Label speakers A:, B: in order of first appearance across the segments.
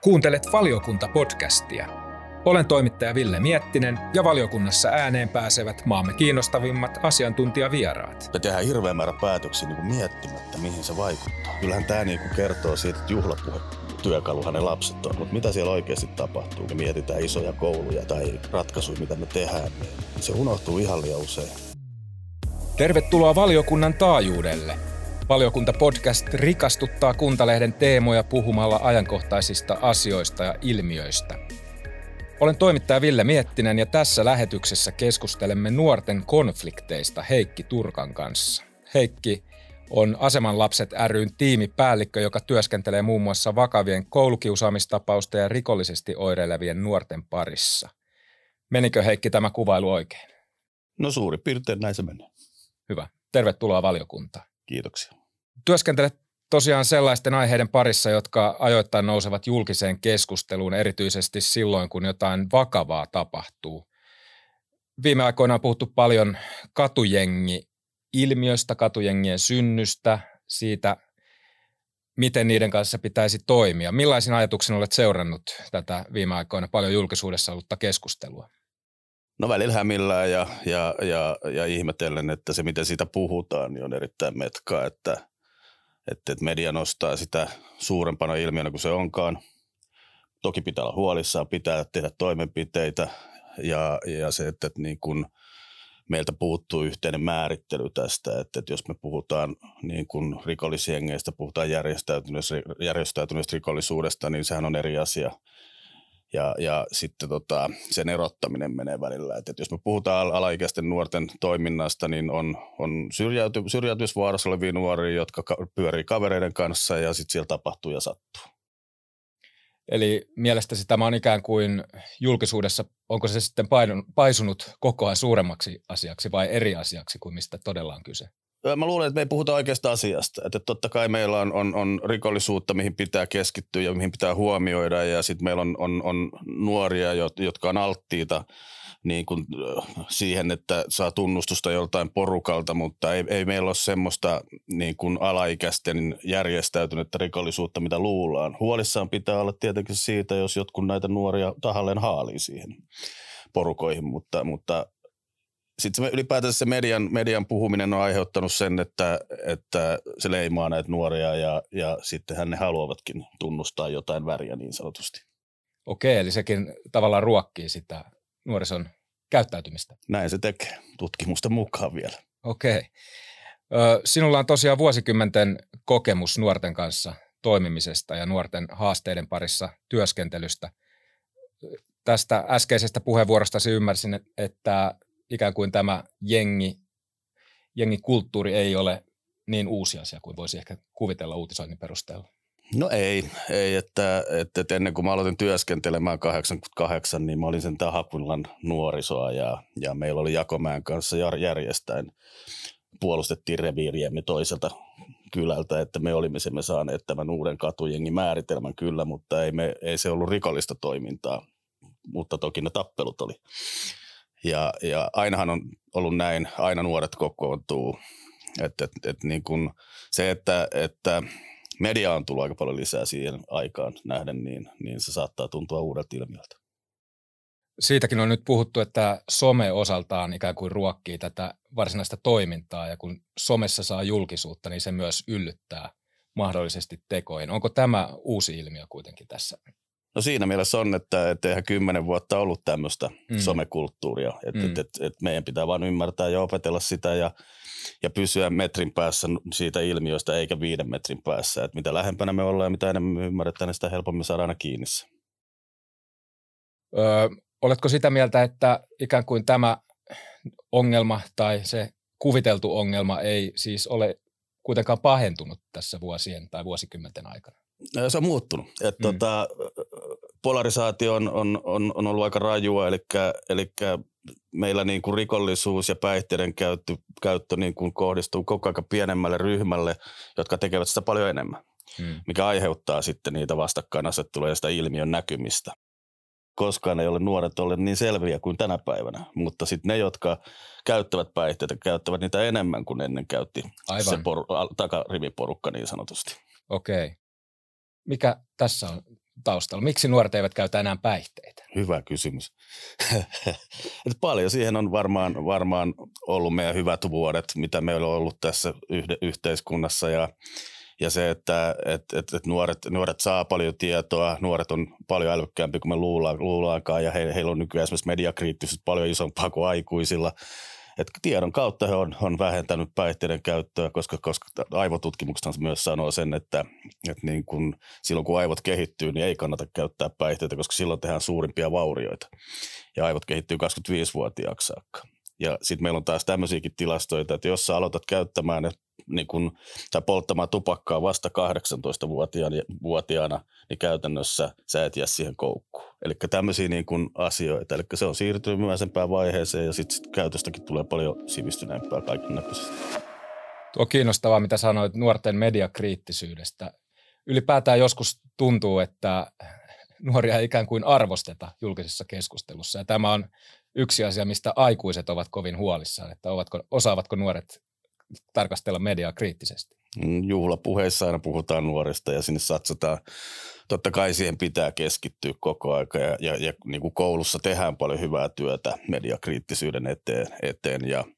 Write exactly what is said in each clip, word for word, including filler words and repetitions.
A: Kuuntelet Valiokunta-podcastia. Olen toimittaja Ville Miettinen ja valiokunnassa ääneen pääsevät maamme kiinnostavimmat asiantuntijavieraat.
B: Me tehdään hirveän määrä päätöksiä niin kuin miettimättä, mihin se vaikuttaa. Kyllähän tämä niin kuin kertoo siitä, että juhlapuhetyökaluhan ne lapset on, mutta mitä siellä oikeasti tapahtuu? Me mietitään isoja kouluja tai ratkaisuja, mitä me tehdään. Se unohtuu ihan liian usein.
A: Tervetuloa valiokunnan taajuudelle. Valiokunta-podcast rikastuttaa Kuntalehden teemoja puhumalla ajankohtaisista asioista ja ilmiöistä. Olen toimittaja Ville Miettinen ja tässä lähetyksessä keskustelemme nuorten konflikteista Heikki Turkan kanssa. Heikki on Aseman lapset ry:n tiimipäällikkö, joka työskentelee muun muassa vakavien koulukiusaamistapausten ja rikollisesti oireilevien nuorten parissa. Menikö Heikki tämä kuvailu oikein?
B: No suurin piirtein näin se menee.
A: Hyvä. Tervetuloa valiokuntaan.
B: Kiitoksia.
A: Työskentelet tosiaan sellaisten aiheiden parissa, jotka ajoittain nousevat julkiseen keskusteluun, erityisesti silloin, kun jotain vakavaa tapahtuu. Viime aikoina on puhuttu paljon katujengi-ilmiöstä, katujengien synnystä, siitä, miten niiden kanssa pitäisi toimia. Millaisin ajatuksin olet seurannut tätä viime aikoina paljon julkisuudessa ollutta keskustelua?
B: No välillä hämillään ja, ja, ja, ja ihmetellen, että se miten siitä puhutaan, niin on erittäin metkaa, että, että, että media nostaa sitä suurempana ilmiönä kuin se onkaan. Toki pitää olla huolissaan, pitää tehdä toimenpiteitä ja, ja se, että, että niin kuin meiltä puuttuu yhteinen määrittely tästä, että, että jos me puhutaan niin kuin rikollisjengeistä, puhutaan järjestäytyneestä, järjestäytyneestä rikollisuudesta, niin sehän on eri asia. Ja, ja sitten tota, sen erottaminen menee välillä. Et, et jos me puhutaan alaikäisten nuorten toiminnasta, niin on, on syrjäyty, syrjäytymisvaarassa olevia nuoria, jotka ka- pyörii kavereiden kanssa ja sitten siellä tapahtuu ja sattuu.
A: Eli mielestäsi tämä on ikään kuin julkisuudessa, onko se sitten painun, paisunut koko ajan suuremmaksi asiaksi vai eri asiaksi kuin mistä todella on kyse?
B: Mä luulen, että me ei puhuta oikeasta asiasta. Että totta kai meillä on, on, on rikollisuutta, mihin pitää keskittyä ja mihin pitää huomioida. Ja sitten meillä on, on, on nuoria, jotka on alttiita niin kuin siihen, että saa tunnustusta joltain porukalta, mutta ei, ei meillä ole semmoista niin kuin alaikäisten järjestäytynyttä rikollisuutta, mitä luullaan. Huolissaan pitää olla tietenkin siitä, jos jotkut näitä nuoria tahalleen haalii siihen porukoihin, mutta... mutta sitten se ylipäätänsä se median, median puhuminen on aiheuttanut sen, että, että se leimaa näitä nuoria ja, ja sittenhän ne haluavatkin tunnustaa jotain väriä niin sanotusti.
A: Okei, eli sekin tavallaan ruokkii sitä nuorison käyttäytymistä.
B: Näin se tekee, tutkimusten mukaan vielä.
A: Okei. Sinulla on tosiaan vuosikymmenten kokemus nuorten kanssa toimimisesta ja nuorten haasteiden parissa työskentelystä. Tästä äskeisestä puheenvuorostasi ymmärsin, että ikään kuin tämä jengi, jengikulttuuri ei ole niin uusi asia kuin voisi ehkä kuvitella uutisoinnin perusteella.
B: No ei, ei että, että ennen kuin mä aloitin työskentelemään kahdeksankymmentäkahdeksan, niin mä olin sen Hakulan nuorisoa ja, ja meillä oli Jakomäen kanssa järjestäen. Puolustettiin reviiriämme toiselta kylältä, että me olimme me saaneet tämän uuden katujengin määritelmän kyllä, mutta ei, me, ei se ollut rikollista toimintaa, mutta toki ne tappelut oli. Ja, ja ainahan on ollut näin, aina nuoret kokoontuu. Että et, et niin kun se, että, että media on tullut aika paljon lisää siihen aikaan nähden, niin, niin se saattaa tuntua uudelta ilmiöltä.
A: Siitäkin on nyt puhuttu, että some osaltaan ikään kuin ruokkii tätä varsinaista toimintaa, ja kun somessa saa julkisuutta, niin se myös yllyttää mahdollisesti tekoihin. Onko tämä uusi ilmiö kuitenkin tässä?
B: No siinä mielessä on, että, että eihän kymmenen vuotta ollut tämmöistä mm. somekulttuuria. Että mm. et, et, et meidän pitää vaan ymmärtää ja opetella sitä ja, ja pysyä metrin päässä siitä ilmiöstä eikä viiden metrin päässä. Et mitä lähempänä me ollaan ja mitä enemmän me ymmärretään, niin sitä helpommin saadaan aina kiinni.
A: Öö, oletko sitä mieltä, että ikään kuin tämä ongelma tai se kuviteltu ongelma ei siis ole kuitenkaan pahentunut tässä vuosien tai vuosikymmenten aikana?
B: Se on muuttunut. Että mm. tota, polarisaatio on, on, on, on ollut aika rajua, eli, eli meillä niin kuin rikollisuus ja päihteiden käyttö, käyttö niin kuin kohdistuu koko ajan pienemmälle ryhmälle, jotka tekevät sitä paljon enemmän, mm. mikä aiheuttaa sitten niitä vastakkainasetteluja ja sitä ilmiön näkymistä. Koskaan ei ole nuoret olleet niin selviä kuin tänä päivänä, mutta sitten ne, jotka käyttävät päihteitä, käyttävät niitä enemmän kuin ennen käytti Aivan. se poru- takariviporukka niin sanotusti.
A: Okei. Mikä tässä on taustalla? Miksi nuoret eivät käytä enää päihteitä?
B: Hyvä kysymys. Et paljon siihen on varmaan, varmaan ollut meidän hyvät vuodet, mitä meillä on ollut tässä yhde, yhteiskunnassa ja Ja se, että et, et, et nuoret, nuoret saa paljon tietoa, nuoret on paljon älykkäämpiä kuin me luullaan, luullaankaan ja he, heillä on nykyään esimerkiksi mediakriittisyys paljon isompaa kuin aikuisilla. Et tiedon kautta he on, on vähentänyt päihteiden käyttöä, koska, koska aivotutkimukset myös sanoo sen, että, että niin kun, silloin kun aivot kehittyy, niin ei kannata käyttää päihteitä, koska silloin tehdään suurimpia vaurioita. Ja aivot kehittyy kaksikymmentäviisivuotiaaksi saakka. Ja sitten meillä on taas tämmöisiäkin tilastoita, että jos sä aloitat käyttämään ne, niin kun, tai polttamaan tupakkaa vasta kahdeksantoistavuotiaana, niin käytännössä sä et jää siihen koukkuun. Eli tämmöisiä niin kun asioita. Eli se on siirtynyt myöhäisempään vaiheeseen ja sitten sit käytöstäkin tulee paljon sivistyneempää kaikennäköisesti.
A: Tuo on kiinnostavaa, mitä sanoit nuorten mediakriittisyydestä. Ylipäätään joskus tuntuu, että nuoria ei ikään kuin arvosteta julkisessa keskustelussa. Ja tämä on yksi asia, mistä aikuiset ovat kovin huolissaan, että ovatko, osaavatko nuoret tarkastella mediaa kriittisesti.
B: Juhlapuheissa aina puhutaan nuorista ja sinne satsataan. Totta kai siihen pitää keskittyä koko aika ja, ja, ja niin kuin koulussa tehdään paljon hyvää työtä mediakriittisyyden eteen, eteen ja,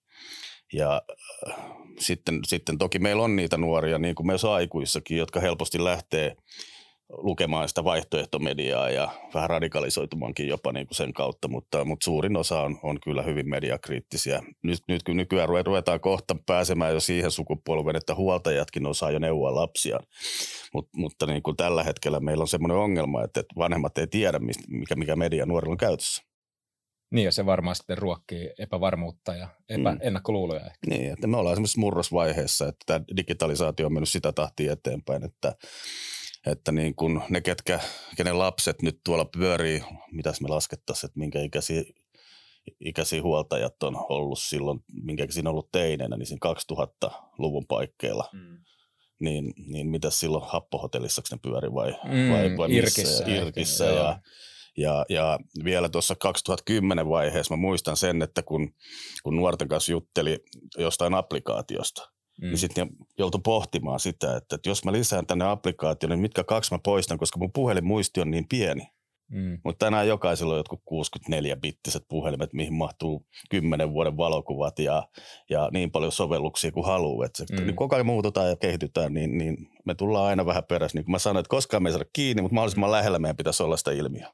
B: ja äh, sitten, sitten toki meillä on niitä nuoria, niin kuin myös aikuissakin, jotka helposti lähtee lukemaan sitä vaihtoehtomediaa ja vähän radikalisoitumaankin jopa niin kuin sen kautta, mutta, mutta suurin osa on, on kyllä hyvin mediakriittisiä. Nyt, nyt kun nykyään ruvetaan kohta pääsemään jo siihen sukupolven, että huoltajatkin osaa jo neuvoa lapsiaan, Mut, mutta niin kuin tällä hetkellä meillä on semmoinen ongelma, että vanhemmat ei tiedä, mikä, mikä media nuorilla on käytössä.
A: Niin ja se varmaan sitten ruokkii epävarmuutta ja epäennakkoluuloja. Mm.
B: Niin, että me ollaan semmoisessa murrosvaiheessa, että tämä digitalisaatio on mennyt sitä tahtia eteenpäin, että Että niin kun ne, ketkä, kenen lapset nyt tuolla pyörii, mitäs me laskettaisiin, että minkä ikäisiä, ikäisiä huoltajat on ollut silloin, minkä ikäisiä on ollut teineenä, niin siinä kaksituhattaluvun paikkeilla. Mm. Niin, niin mitäs silloin Happohotellissa ne pyöri vai,
A: mm,
B: vai, vai missä?
A: Irkissä.
B: Irkissä ja, ja, ja vielä tuossa kaksituhattakymmenen vaiheessa mä muistan sen, että kun, kun nuorten kanssa jutteli jostain applikaatiosta, Mm. niin sitten joutui pohtimaan sitä, että, että jos mä lisään tänne applikaation, niin mitkä kaksi mä poistan, koska mun puhelinmuisti on niin pieni. Mm. Mutta tänään jokaisella on jotkut kuusikymmentäneljä-bittiset puhelimet, mihin mahtuu kymmenen vuoden valokuvat ja, ja niin paljon sovelluksia kuin haluaa. Että mm. niin koko ajan muututaan ja kehitytään, niin, niin me tullaan aina vähän perässä. Niin kuin mä sanoin, että koskaan me ei saada kiinni, mutta mahdollisimman lähellä meidän pitäisi olla sitä ilmiöä.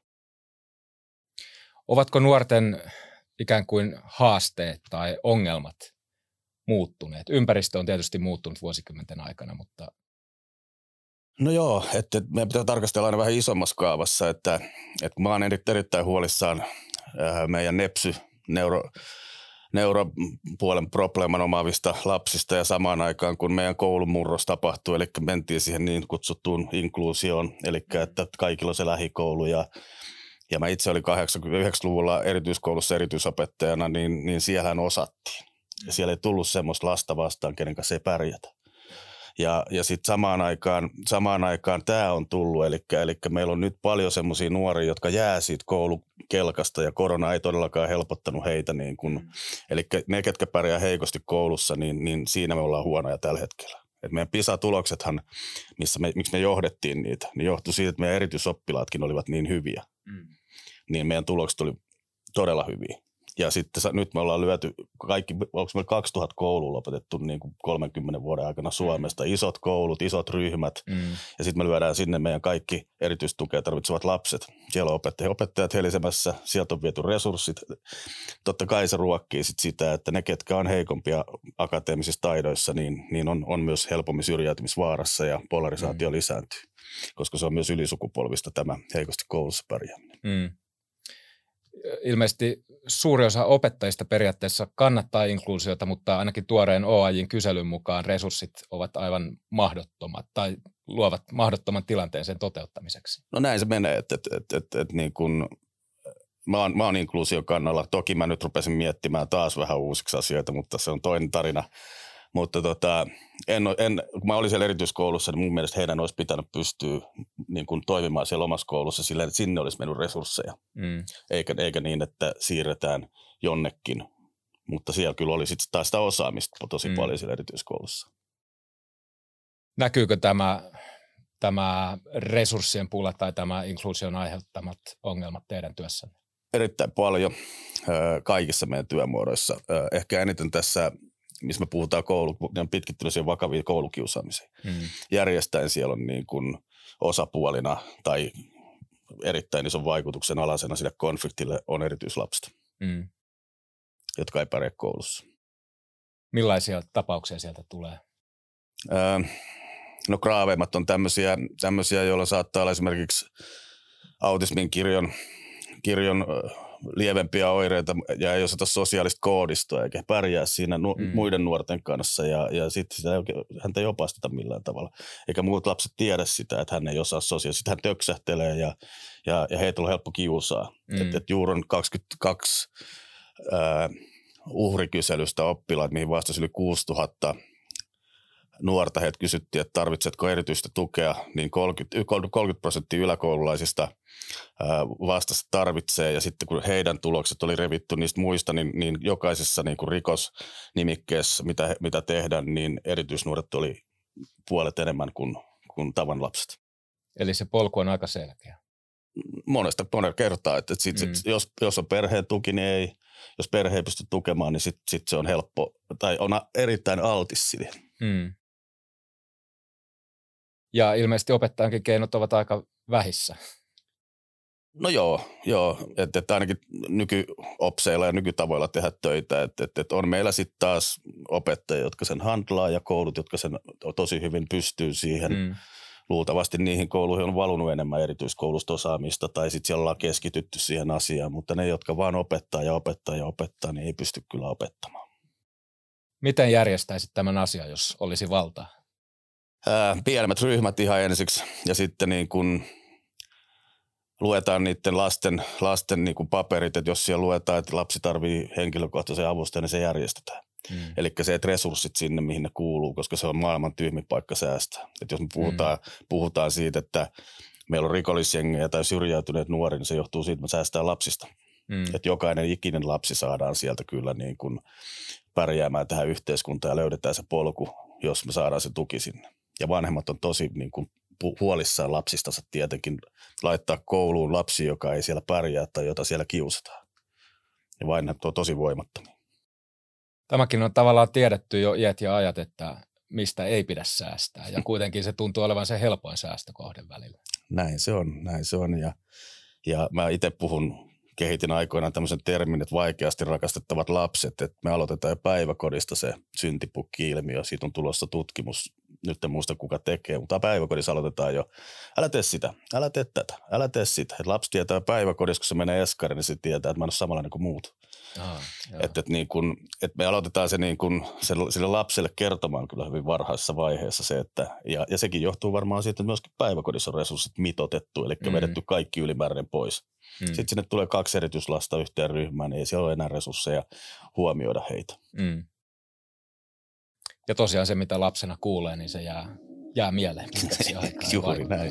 A: Ovatko nuorten ikään kuin haasteet tai ongelmat muuttuneet? Ympäristö on tietysti muuttunut vuosikymmenten aikana, mutta...
B: No joo, että meidän pitää tarkastella aina vähän isommassa kaavassa, että, että mä oon erittäin huolissaan meidän nepsy, neuro, neuropuolen probleeman omaavista lapsista ja samaan aikaan, kun meidän koulumurros tapahtui, eli mentiin siihen niin kutsuttuun inkluusioon, eli että kaikilla on se lähikoulu ja ja mä itse olin kahdeksankymmentäyhdeksänkymmentäluvulla erityiskoulussa erityisopettajana, niin, niin siellähän osattiin. Ja siellä ei tullut semmoista lasta vastaan, kenen kanssa ei pärjätä. Ja, ja sitten samaan aikaan, samaan aikaan tämä on tullut, eli, eli meillä on nyt paljon semmoisia nuoria, jotka jää siitä koulukelkasta ja korona ei todellakaan helpottanut heitä. Niin kun, mm. Eli ne, ketkä pärjää heikosti koulussa, niin, niin siinä me ollaan huonoja tällä hetkellä. Et meidän PISA-tuloksethan, missä me, miksi me johdettiin niitä, niin johtui siitä, että meidän erityisoppilaatkin olivat niin hyviä. Mm. Niin meidän tulokset oli todella hyviä. Ja sitten nyt me ollaan lyöty kaikki, onko meillä kaksituhatta koulua lopetettu niin kuin kolmenkymmenen vuoden aikana Suomesta. Isot koulut, isot ryhmät. Mm. Ja sitten me lyödään sinne meidän kaikki erityistukea tarvitsevat lapset. Siellä on opettajat, opettajat helisemässä, sieltä on viety resurssit. Totta kai se ruokkii sit sitä, että ne, ketkä on heikompia akateemisissa taidoissa, niin, niin on, on myös helpommin syrjäytymisvaarassa ja polarisaatio mm. lisääntyy. Koska se on myös ylisukupolvista tämä heikosti koulussa pärjääminen. Mm.
A: Ilmeisesti suuri osa opettajista periaatteessa kannattaa inkluusiota, mutta ainakin tuoreen O A J:n kyselyn mukaan resurssit ovat aivan mahdottomat tai luovat mahdottoman tilanteen sen toteuttamiseksi.
B: No näin se menee, että, että, että, että, että niin kun, mä oon, mä oon inkluusion kannalla. Toki mä nyt rupesin miettimään taas vähän uusiksi asioita, mutta se on toinen tarina. Mutta tota, en, en, kun mä olin siellä erityiskoulussa, niin mun mielestä heidän olisi pitänyt pystyä niin kuin toimimaan siellä omassa koulussa silleen, että sinne olisi mennyt resursseja. Mm. Eikä, eikä niin, että siirretään jonnekin. Mutta siellä kyllä oli sitten taas sitä osaamista tosi mm. paljon siellä erityiskoulussa.
A: Näkyykö tämä tämä resurssien pula tai tämä inkluusion aiheuttamat ongelmat teidän työssänne?
B: Erittäin paljon kaikissa meidän työmuodoissa. Ehkä eniten tässä, missä me puhutaan koulu, pitkittyneisiä vakavia koulukiusaamisia. Hmm. Järjestäen siellä on niin kuin osapuolina tai erittäin ison vaikutuksen alasena sille konfliktille on erityislapset, hmm. jotka ei pärjää koulussa.
A: Millaisia tapauksia sieltä tulee?
B: Öö, no graaveimmat on tämmöisiä, tämmöisiä, joilla saattaa olla esimerkiksi autismin kirjon, kirjon lievempiä oireita ja ei osata sosiaalista koodistoa eikä pärjää siinä nu- mm. muiden nuorten kanssa ja, ja sitten sitä ei oikein, häntä ei opasteta millään tavalla. Eikä muut lapset tiedä sitä, että hän ei osaa sosiaalista. Sitten hän töksähtelee ja, ja, ja heitä on helppo kiusaa. Mm. Että et juuri on kaksikymmentäkaksi ää, uhrikyselystä oppilaat, mihin vastasi yli kuusituhatta nuorta. Heiltä kysyttiin, että tarvitsetko erityistä tukea, niin kolmekymmentä prosenttia yläkoululaisista vastasi tarvitsee. Ja sitten kun heidän tulokset oli revitty niistä muista, niin, niin jokaisessa niin kuin rikosnimikkeessä, mitä, mitä tehdään, niin erityisnuoret oli puolet enemmän kuin, kuin tavan lapset.
A: Eli se polku on aika selkeä.
B: Monesta monella kertaa, että sit, mm. sit, jos, jos on perheen tuki, niin ei. Jos perhe ei pysty tukemaan, niin sitten sit se on helppo tai on erittäin altis siihen. Mm.
A: Ja ilmeisesti opettajankin keinot ovat aika vähissä.
B: No joo, joo. Että et ainakin nykyopseilla ja nykytavoilla tehdä töitä. Että et, et on meillä sitten taas opettajia, jotka sen handlaa ja koulut, jotka sen tosi hyvin pystyy siihen. Mm. Luultavasti niihin kouluihin on valunut enemmän erityiskoulusta osaamista tai sitten siellä ollaan keskitytty siihen asiaan. Mutta ne, jotka vaan opettaa ja opettaa ja opettaa, niin ei pysty kyllä opettamaan.
A: Miten järjestäisit tämän asian, jos olisi valtaa?
B: Ää, pienemmät ryhmät ihan ensiksi ja sitten niin kun luetaan niiden lasten, lasten niin kun paperit, että jos siellä luetaan, että lapsi tarvitsee henkilökohtaisen avustajan, niin se järjestetään. Mm. Eli se, että resurssit sinne, mihin ne kuuluu, koska se on maailman tyhmin paikka säästää. Että jos me puhutaan, mm. puhutaan siitä, että meillä on rikollisjengejä tai syrjäytyneet nuoria, niin se johtuu siitä, että me säästää lapsista. Mm. Että jokainen ikinen lapsi saadaan sieltä kyllä niin kun pärjäämään tähän yhteiskuntaan ja löydetään se polku, jos me saadaan se tuki sinne. Ja vanhemmat on tosi niin kuin huolissaan lapsistansa tietenkin laittaa kouluun lapsi, joka ei siellä pärjää tai jota siellä kiusataan. Ja vanhemmat on tosi voimattomia.
A: Tämäkin on tavallaan tiedetty jo iät ja ajat, että mistä ei pidä säästää. Ja kuitenkin se tuntuu olevan se helpoin säästökohden välillä.
B: Näin se on, näin se on. Ja, ja mä itse puhun, kehitin aikoinaan tämmöisen termin, että vaikeasti rakastettavat lapset. Että me aloitetaan jo päiväkodista se syntipukki-ilmiö. Siitä on tulossa tutkimus. Nyt en muista kuka tekee, mutta päiväkodissa aloitetaan jo. Älä tee sitä, älä tee tätä, älä tee sitä. Et lapsi tietää päiväkodissa, kun se menee eskariin, niin se tietää, että mä en ole samanlainen kuin muut. Ah, että et niin kun, et me aloitetaan se niin kun sille, sille lapselle kertomaan kyllä hyvin varhaisessa vaiheessa se, että ja, ja sekin johtuu varmaan siitä, että myöskin päiväkodissa on resurssit mitotettu, eli mm. vedetty kaikki ylimääräinen pois. Mm. Sitten sinne tulee kaksi erityislasta yhteen ryhmään, niin ei siellä ole enää resursseja huomioida heitä. Mm.
A: Ja tosiaan se, mitä lapsena kuulee, niin se jää, jää mieleen pitkäksi aikaa.
B: Juuri näin.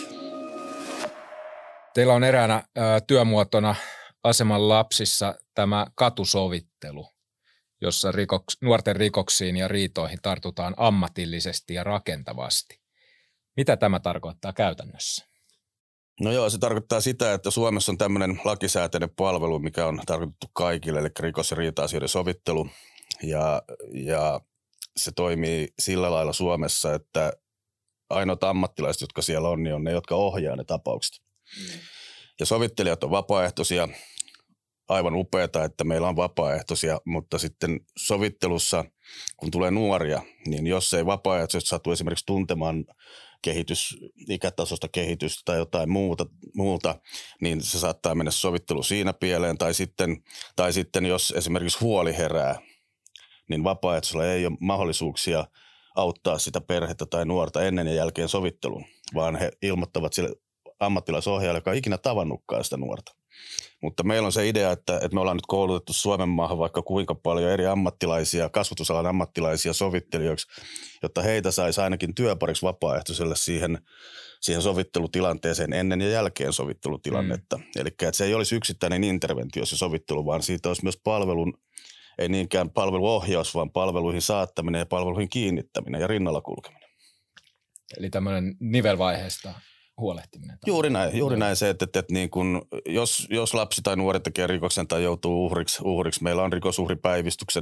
A: Teillä on eräänä ä, työmuotona Aseman lapsissa tämä katusovittelu, jossa rikoks, nuorten rikoksiin ja riitoihin tartutaan ammatillisesti ja rakentavasti. Mitä tämä tarkoittaa käytännössä?
B: No joo, se tarkoittaa sitä, että Suomessa on tämmöinen lakisääteinen palvelu, mikä on tarkoitettu kaikille, eli rikos- ja riita-asioiden sovittelu. Ja, ja se toimii sillä lailla Suomessa, että ainoat ammattilaiset, jotka siellä on, niin on ne, jotka ohjaa ne tapaukset. Mm. Ja sovittelijat on vapaaehtoisia, aivan upeata, että meillä on vapaaehtoisia, mutta sitten sovittelussa, kun tulee nuoria, niin jos ei vapaaehtoisesti satu esimerkiksi tuntemaan kehitys, ikätasosta kehitystä tai jotain muuta, muuta, niin se saattaa mennä sovittelu siinä pieleen. Tai sitten, tai sitten jos esimerkiksi huoli herää, niin vapaaehtoisella ei ole mahdollisuuksia auttaa sitä perhettä tai nuorta ennen ja jälkeen sovittelun, vaan he ilmoittavat sille ammattilaisohjaajalle, joka ei ikinä tavannutkaan sitä nuorta. Mutta meillä on se idea, että, että me ollaan nyt koulutettu Suomen maahan vaikka kuinka paljon eri ammattilaisia, kasvatusalan ammattilaisia sovittelijoiksi, jotta heitä saisi ainakin työpariksi vapaaehtoiselle siihen, siihen sovittelutilanteeseen ennen ja jälkeen sovittelutilannetta. Mm. Eli että se ei olisi yksittäinen interventio se sovittelu, vaan siitä olisi myös palvelun, ei niinkään palveluohjaus, vaan palveluihin saattaminen ja palveluihin kiinnittäminen ja rinnalla kulkeminen.
A: Eli tämmöinen nivelvaiheesta huolehtiminen.
B: Juuri näin, juuri näin se, että, että, että niin kun, jos, jos lapsi tai nuori tekee rikoksen tai joutuu uhriksi, uhriksi meillä on rikosuhripäivystyksen,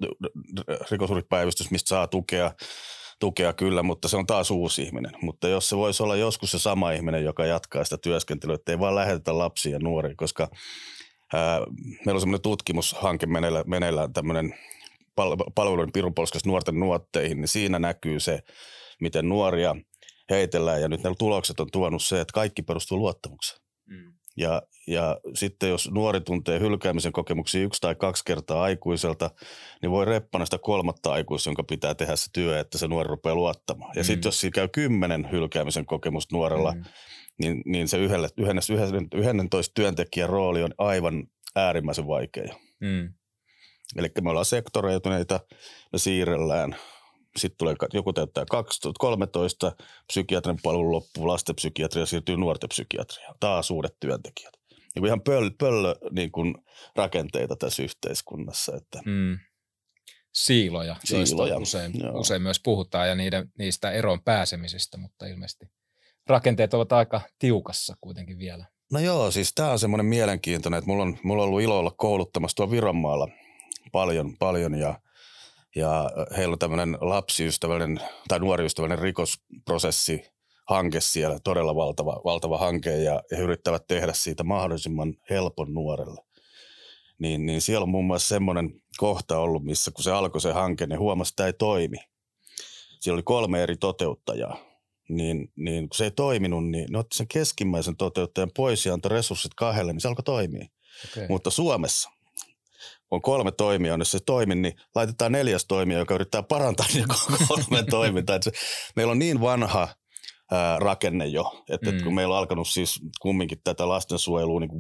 B: rikosuhripäivystys, mistä saa tukea, tukea kyllä, mutta se on taas uusi ihminen. Mutta jos se voisi olla joskus se sama ihminen, joka jatkaa sitä työskentelyä, että ei vaan lähetetä lapsia ja nuoria, koska ää, meillä on semmoinen tutkimushanke meneillään, meneillään tämmöinen pal- palveluiden pirunpolskas nuorten nuotteihin, niin siinä näkyy se, miten nuoria heitellään ja nyt ne tulokset on tuonut se, että kaikki perustuu luottamukseen. Mm. Ja, ja sitten jos nuori tuntee hylkäämisen kokemuksia yksi tai kaksi kertaa aikuiselta, niin voi reppana sitä kolmatta aikuista, jonka pitää tehdä se työ, että se nuori rupeaa luottamaan. Ja mm. sitten jos siinä käy kymmenen hylkäämisen kokemusta nuorella, mm. niin, niin se yhdentoista työntekijän rooli on aivan äärimmäisen vaikea. Mm. Eli me ollaan sektoreituneita, me siirrellään. Sitten tulee, joku täyttää kaksituhattakolmetoista, psykiatrin palvelu loppuu, lastenpsykiatria siirtyy nuorten psykiatriaan. Taas uudet työntekijät. Niin kuin ihan pöllö, pöllö niin kuin rakenteita tässä yhteiskunnassa. Että.
A: Mm. Siiloja, Siiloja. joista usein, usein myös puhutaan ja niiden, niistä eroon pääsemisistä, mutta ilmeisesti rakenteet ovat aika tiukassa kuitenkin vielä.
B: No joo, siis tämä on semmoinen mielenkiintoinen, että mulla on, mulla on ollut ilo olla kouluttamassa tuolla Vironmaalla paljon, paljon ja Ja heillä on tämmöinen lapsiystävällinen tai nuoriystävällinen rikosprosessi hanke siellä, todella valtava, valtava hanke ja he yrittävät tehdä siitä mahdollisimman helpon nuorelle. Niin, niin siellä on muun muassa semmoinen kohta ollut, missä kun se alkoi se hanke, niin huomasi, että tämä ei toimi. Siellä oli kolme eri toteuttajaa. Niin, niin kun se ei toiminut, niin ne otti sen keskimmäisen toteuttajan pois ja antoi resurssit kahdelle, niin se alkoi toimia. Okay. Mutta Suomessa on kolme toimijaa, jos se toimi, niin laitetaan neljäs toimija, joka yrittää parantaa niin kolmen toimintaa. Se, meillä on niin vanha ää, rakenne jo, että mm. kun meillä on alkanut siis kumminkin tätä lastensuojelua niin kuin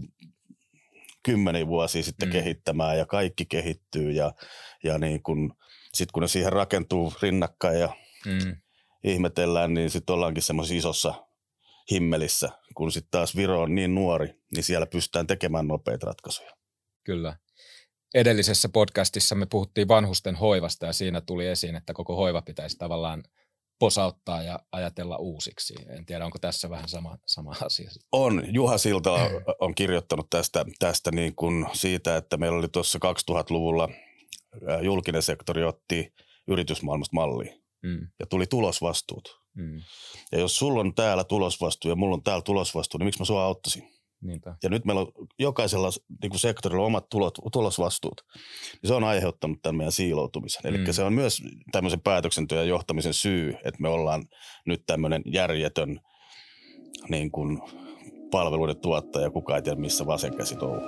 B: kymmenen vuosia sitten mm. kehittämään ja kaikki kehittyy ja, ja niin kun, sitten kun ne siihen rakentuu rinnakkain ja mm. ihmetellään, niin sitten ollaankin semmoisessa isossa himmelissä, kun sitten taas Viro on niin nuori, niin siellä pystytään tekemään nopeita ratkaisuja.
A: Kyllä. Edellisessä podcastissa me puhuttiin vanhusten hoivasta ja siinä tuli esiin, että koko hoiva pitäisi tavallaan posauttaa ja ajatella uusiksi. En tiedä, onko tässä vähän sama, sama asia.
B: On. Juha Siltala on kirjoittanut tästä, tästä niin kuin siitä, että meillä oli tuossa kaksituhattaluvulla julkinen sektori otti yritysmaailmasta mallia mm. ja tuli tulosvastuut. Mm. Ja jos sulla on täällä tulosvastuu ja mulla on täällä tulosvastuu, niin miksi mä sua auttaisin?
A: Niinpä.
B: Ja nyt meillä on jokaisella niin kuin sektorilla omat tulot, tulosvastuut. Ja se on aiheuttanut tämän meidän siiloutumisen. Mm. Eli se on myös tämmöisen päätöksentyön ja johtamisen syy, että me ollaan nyt tämmöinen järjetön niin kuin palveluiden tuottaja, kukaan ei tiedä missä vasen käsi touhuu.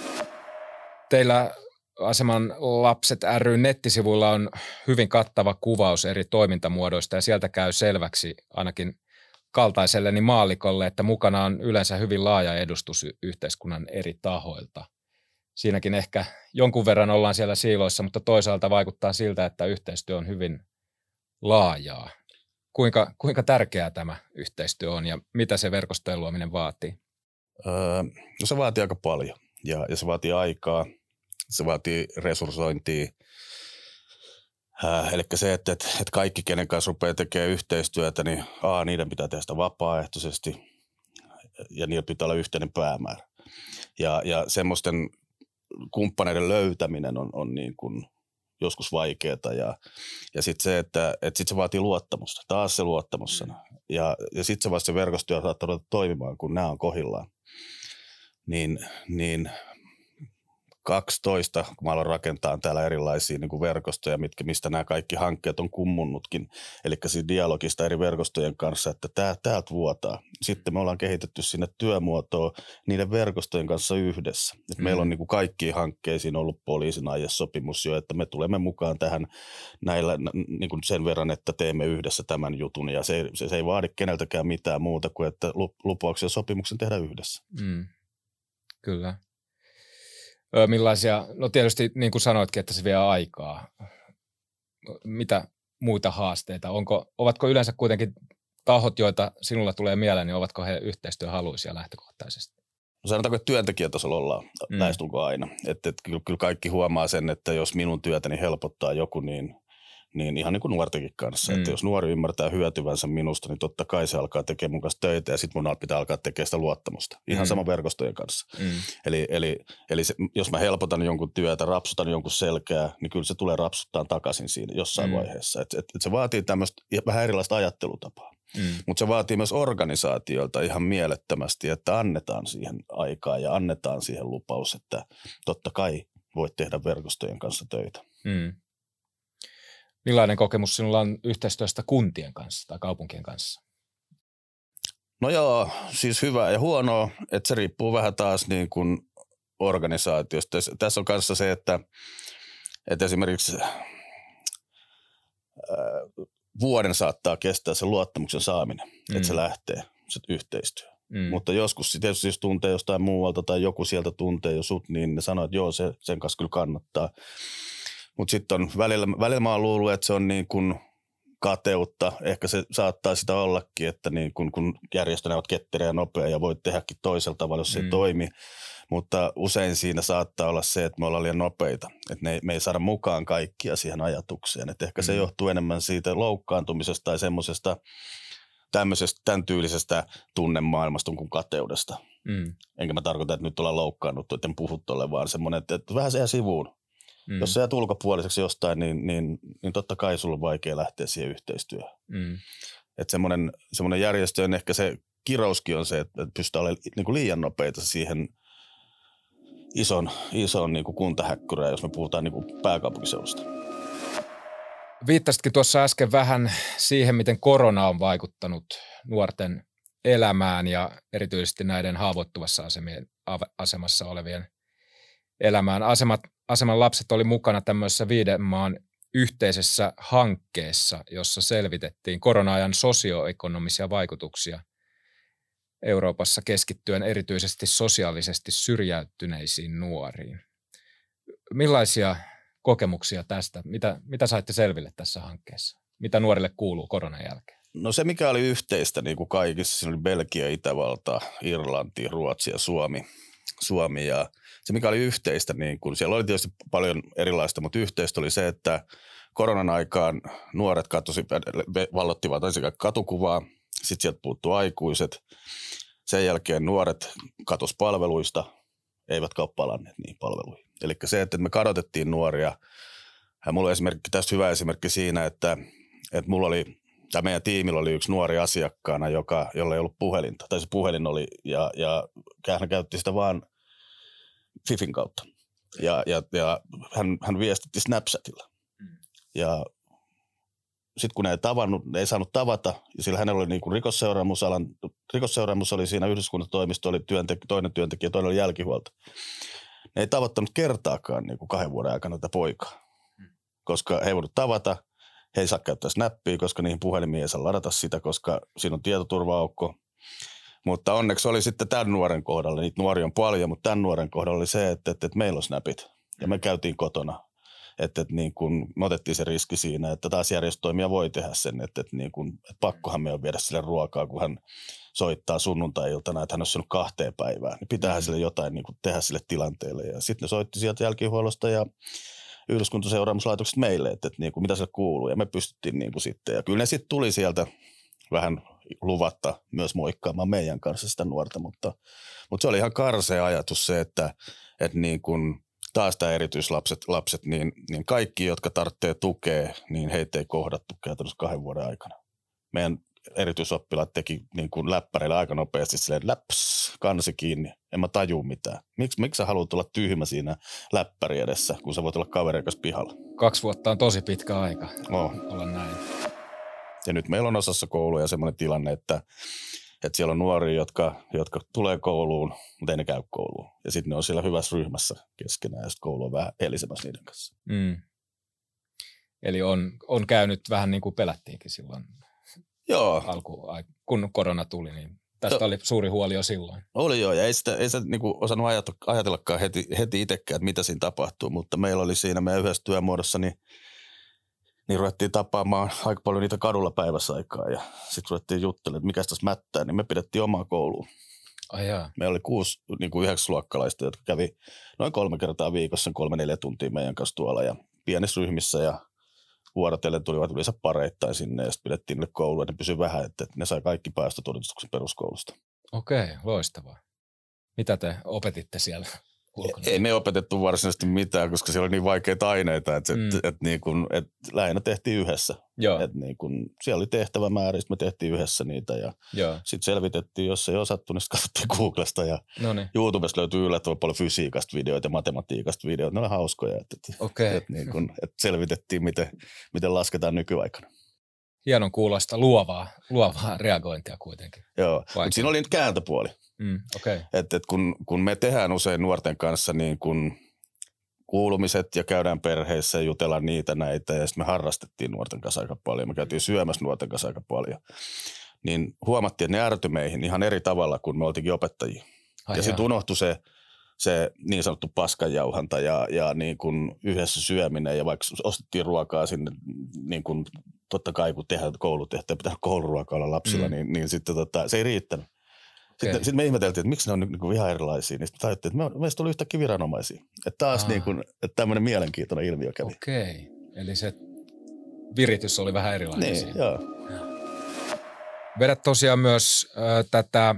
A: Teillä Aseman lapset ry nettisivuilla on hyvin kattava kuvaus eri toimintamuodoista ja sieltä käy selväksi ainakin kaltaiselleni maallikolle, että mukana on yleensä hyvin laaja edustus yhteiskunnan eri tahoilta. Siinäkin ehkä jonkun verran ollaan siellä siiloissa, mutta toisaalta vaikuttaa siltä, että yhteistyö on hyvin laajaa. Kuinka, kuinka tärkeää tämä yhteistyö on ja mitä se verkostojen luominen vaatii?
B: Öö, no se vaatii aika paljon ja, ja se vaatii aikaa, se vaatii resurssointia. Äh, eli se, että, että, että kaikki, kenen kanssa rupeaa tekemään yhteistyötä, niin a, niiden pitää tehdä sitä vapaaehtoisesti ja niillä pitää olla yhteinen päämäärä. Ja, ja semmoisten kumppaneiden löytäminen on, on niin kuin joskus vaikeaa ja, ja sitten se, että, että sit se vaatii luottamusta, taas se luottamus sana. Ja, ja sitten se vasta se verkosto saattaa ruveta toimimaan, kun nämä on kohillaan. Niin, niin kaksitoista, kun mä aloin rakentaa täällä erilaisia niin kuin verkostoja, mitkä, mistä nämä kaikki hankkeet on kummunnutkin. Eli siis dialogista eri verkostojen kanssa, että tää, täältä vuotaa. Sitten me ollaan kehitetty sinne työmuotoa niiden verkostojen kanssa yhdessä. Et mm. Meillä on niin kuin kaikkiin hankkeisiin ollut poliisin aiesopimus jo, että me tulemme mukaan tähän näillä niin kuin sen verran, että teemme yhdessä tämän jutun. Ja se, se, se ei vaadi keneltäkään mitään muuta kuin, että lupauksen ja sopimuksen tehdä yhdessä.
A: Mm. Kyllä. Millaisia, no tietysti niin kuin sanoitkin, että se vie aikaa. Mitä muita haasteita? Onko, ovatko yleensä kuitenkin tahot, joita sinulla tulee mieleen, niin ovatko he yhteistyöhaluisia lähtökohtaisesti?
B: No sanotaanko, että työntekijätasolla ollaan mm. lähestulkoon aina. Että et, kyllä, kyllä kaikki huomaa sen, että jos minun työtäni helpottaa joku, niin, niin ihan niin kuin nuortenkin kanssa,
A: Mm.
B: että jos nuori ymmärtää hyötyvänsä minusta, niin totta kai se alkaa tekemään mun kanssa töitä ja sitten mun pitää alkaa tekemään sitä luottamusta. Ihan
A: Mm.
B: sama verkostojen kanssa.
A: Mm.
B: Eli, eli, eli se, jos mä helpotan jonkun työtä, rapsutan jonkun selkää, niin kyllä se tulee rapsuttaa takaisin siinä jossain
A: Mm.
B: vaiheessa. Et, et, et se vaatii tämmöistä vähän erilaista ajattelutapaa.
A: Mm.
B: Mutta se vaatii myös organisaatioilta ihan mielettömästi, että annetaan siihen aikaa ja annetaan siihen lupaus, että totta kai voit tehdä verkostojen kanssa töitä.
A: Mm. Millainen kokemus sinulla on yhteistyöstä kuntien kanssa tai kaupunkien kanssa?
B: No joo, siis hyvää ja huonoa, että se riippuu vähän taas niin kuin organisaatiosta. Tässä on kanssa se, että, että esimerkiksi ää, vuoden saattaa kestää sen luottamuksen saaminen, mm. että se lähtee, se yhteistyö. Mm. Mutta joskus tietysti jos tuntee jostain muualta tai joku sieltä tuntee jo sut, niin ne sanoo, että joo, se, sen kanssa kyllä kannattaa. Mutta sitten on välillä, välillä mä oon luullut, että se on niin kuin kateutta. Ehkä se saattaa sitä ollakin, että niin kun, kun järjestönä olet ketterä ja nopea ja voit tehdäkin toisella tavalla, jos se mm. ei toimi. Mutta usein siinä saattaa olla se, että me ollaan liian nopeita. Että ne, me ei saada mukaan kaikkia siihen ajatukseen. Että ehkä mm. se johtuu enemmän siitä loukkaantumisesta tai semmoisesta tämmöisestä, tämän tyylisestä tunnemaailmasta kuin kateudesta. Mm. Enkä mä tarkoita, että nyt ollaan loukkaannuttu, että en puhu tolle, vaan semmoinen, että, että vähän se jää sivuun. Mm. Jos sä jäät ulkopuoliseksi jostain, niin, niin, niin totta kai sulla on vaikea lähteä siihen yhteistyöhön. Mm. Että semmoinen, semmoinen järjestöön ehkä se kirouskin on se, että pystyy olemaan niin kuin liian nopeita siihen ison, ison niin kuin kuntahäkkyrään, jos me puhutaan niin kuin pääkaupunkiseudusta.
A: Viittasitkin tuossa äsken vähän siihen, miten korona on vaikuttanut nuorten elämään ja erityisesti näiden haavoittuvassa asemien, asemassa olevien elämään. Asemat, aseman lapset oli mukana tämmöisessä viiden maan yhteisessä hankkeessa, jossa selvitettiin korona-ajan sosioekonomisia vaikutuksia Euroopassa keskittyen erityisesti sosiaalisesti syrjäytyneisiin nuoriin. Millaisia kokemuksia tästä? Mitä, mitä saitte selville tässä hankkeessa? Mitä nuorille kuuluu koronan jälkeen?
B: No se, mikä oli yhteistä niin kuin kaikissa, siinä oli Belgia, Itävalta, Irlanti, Ruotsi ja Suomi. Suomi ja se, mikä oli yhteistä, niin kuin, siellä oli tietysti paljon erilaista, mutta yhteistä oli se, että koronan aikaan nuoret katosi, vallottivat ensin katukuvaa, sitten sieltä puuttui aikuiset. Sen jälkeen nuoret katosi palveluista, eivätkä ole palanneet niihin palveluihin. Eli se, että me kadotettiin nuoria. Ja mulla on esimerkki, tästä hyvä esimerkki siinä, että, että mulla oli, tai meidän tiimillä oli yksi nuori asiakkaana, joka, jolla ei ollut puhelinta. Tai se puhelin oli, ja, ja hän käytti sitä vaan Fifin kautta. Ja, ja, ja hän, hän viestitti Snapchatilla. Mm. Ja sitten kun ne ei tavannut, ne ei saanut tavata, ja sillä hänellä oli niin kuin rikosseuraamusalan, rikosseuraamus oli siinä yhdyskuntatoimisto, oli työntek- toinen työntekijä, toinen oli jälkihuolto. Ne ei tavoittanut kertaakaan niin kuin kahden vuoden aikana tätä poikaa, mm. koska he ei voinut tavata, he ei saa käyttää snappia, koska niihin puhelimiin ei saa ladata sitä, koska siinä on tietoturva-aukko. Mutta onneksi oli sitten tämän nuoren kohdalla, niitä nuoria on paljon, mutta tämän nuoren kohdalla oli se, että, että, että meillä on snapit ja me käytiin kotona. Että, että niin kun me otettiin se riski siinä, että taas järjestötoimija voi tehdä sen, että, että, niin kun, että pakkohan me on viedä sille ruokaa, kun hän soittaa sunnuntai-iltana, että hän on syönyt kahteen päivään. Niin pitäähän sille jotain niin kun tehdä sille tilanteelle. Ja sitten ne soitti sieltä jälkihuollosta ja yhdyskuntaseuraamuslaitoksesta meille, että, että niin kun, mitä se kuuluu. Ja me pystyttiin niin kun sitten. Ja kyllä ne sitten tuli sieltä vähän luvatta myös moikkaamaan meidän kanssa sitä nuorta, mutta, mutta se oli ihan karsea ajatus se, että, että niin kun taas tämä erityislapset, lapset, niin, niin kaikki, jotka tarvitsee tukea, niin heitä ei kohdattu käytännössä kahden vuoden aikana. Meidän erityisoppilaat teki niin kuin läppäreillä aika nopeasti silleen läps, kansi kiinni, en mä tajuu mitään. Miks, miksi sä haluat olla tyhmä siinä läppäri edessä, kun sä voit olla kaverin kanssa pihalla?
A: Kaksi vuotta on tosi pitkä aika
B: oh.
A: olla näin.
B: Ja nyt meillä on osassa kouluja semmoinen tilanne, että, että siellä on nuoria, jotka, jotka tulee kouluun, mutta ei ne käy kouluun. Ja sitten ne on siellä hyvässä ryhmässä keskenään ja sitten koulu on vähän helisemässä niiden kanssa.
A: Mm. Eli on, on käynyt vähän niin kuin pelättiinkin silloin.
B: Joo.
A: Alku, kun korona tuli, niin tästä to, oli suuri huoli jo silloin.
B: Oli joo, ja ei sitä, ei sitä niin kuin osannut ajatellakaan heti, heti itsekään, että mitä siinä tapahtuu, mutta meillä oli siinä meidän yhdessä työmuodossa, niin Niin ruvettiin tapaamaan aika paljon niitä kadulla päivässä aikaa ja sitten ruvettiin juttelemaan, että mikä tässä mättää, niin me pidettiin omaa koulua.
A: Ai jaa.
B: Meillä oli kuusi niin kuin yhdeksäsluokkalaista, jotka kävi noin kolme kertaa viikossa, kolme neljä tuntia meidän kanssa tuolla ja pienissä ryhmissä ja vuorotellen tulivat yleensä pareittain sinne ja sitten pidettiin niille kouluja, että ne pysyi vähän, että ne sai kaikki päästötodistuksen peruskoulusta.
A: Okei, loistavaa. Mitä te opetitte siellä ulkona?
B: Ei me opetettu varsinaisesti mitään, koska siellä oli niin vaikeita aineita, että, mm. että, että, niin kuin, että lähinnä tehtiin yhdessä. Että niin kuin, siellä oli tehtävämäärä, me tehtiin yhdessä niitä ja sitten selvitettiin, jos ei osattu, niin sitten katsottiin Googlesta ja Noniin. YouTubesta löytyy yllättävän paljon fysiikasta videoita ja matematiikasta videoita. Ne oli hauskoja, että, okay. että, niin kuin, että selvitettiin, miten, miten lasketaan nykyaikana.
A: Hienon kuulosta luovaa, luovaa reagointia kuitenkin.
B: Joo, mutta siinä oli nyt kääntöpuoli.
A: Mm, okay.
B: Että et kun, kun me tehdään usein nuorten kanssa niin kun kuulumiset ja käydään perheissä ja jutellaan niitä näitä ja sitten me harrastettiin nuorten kanssa aika paljon. Me käytiin syömässä nuorten kanssa aika paljon. Niin huomattiin, että ne ärtyi meihin ihan eri tavalla kuin me oltiinkin opettajia. Ai ja sitten unohtui se, se niin sanottu paskanjauhanta ja, ja niin kun yhdessä syöminen ja vaikka ostettiin ruokaa sinne niin kun totta kai kun tehdään koulutehtäjä, pitää kouluruokaa olla lapsilla, mm. niin, niin sitten tota, se ei riittänyt. Sitten, sitten me ihmeteltiin, että miksi ne on niin kuin ihan erilaisia. Niin sitten tajuttiin, että me, meistä oli yhtäkkiä viranomaisia. Että taas niin kuin, että tämmöinen mielenkiintoinen ilmiö kävi.
A: Okei, eli se viritys oli vähän erilainen.
B: Niin, joo.
A: Vedät tosiaan myös äh, tätä,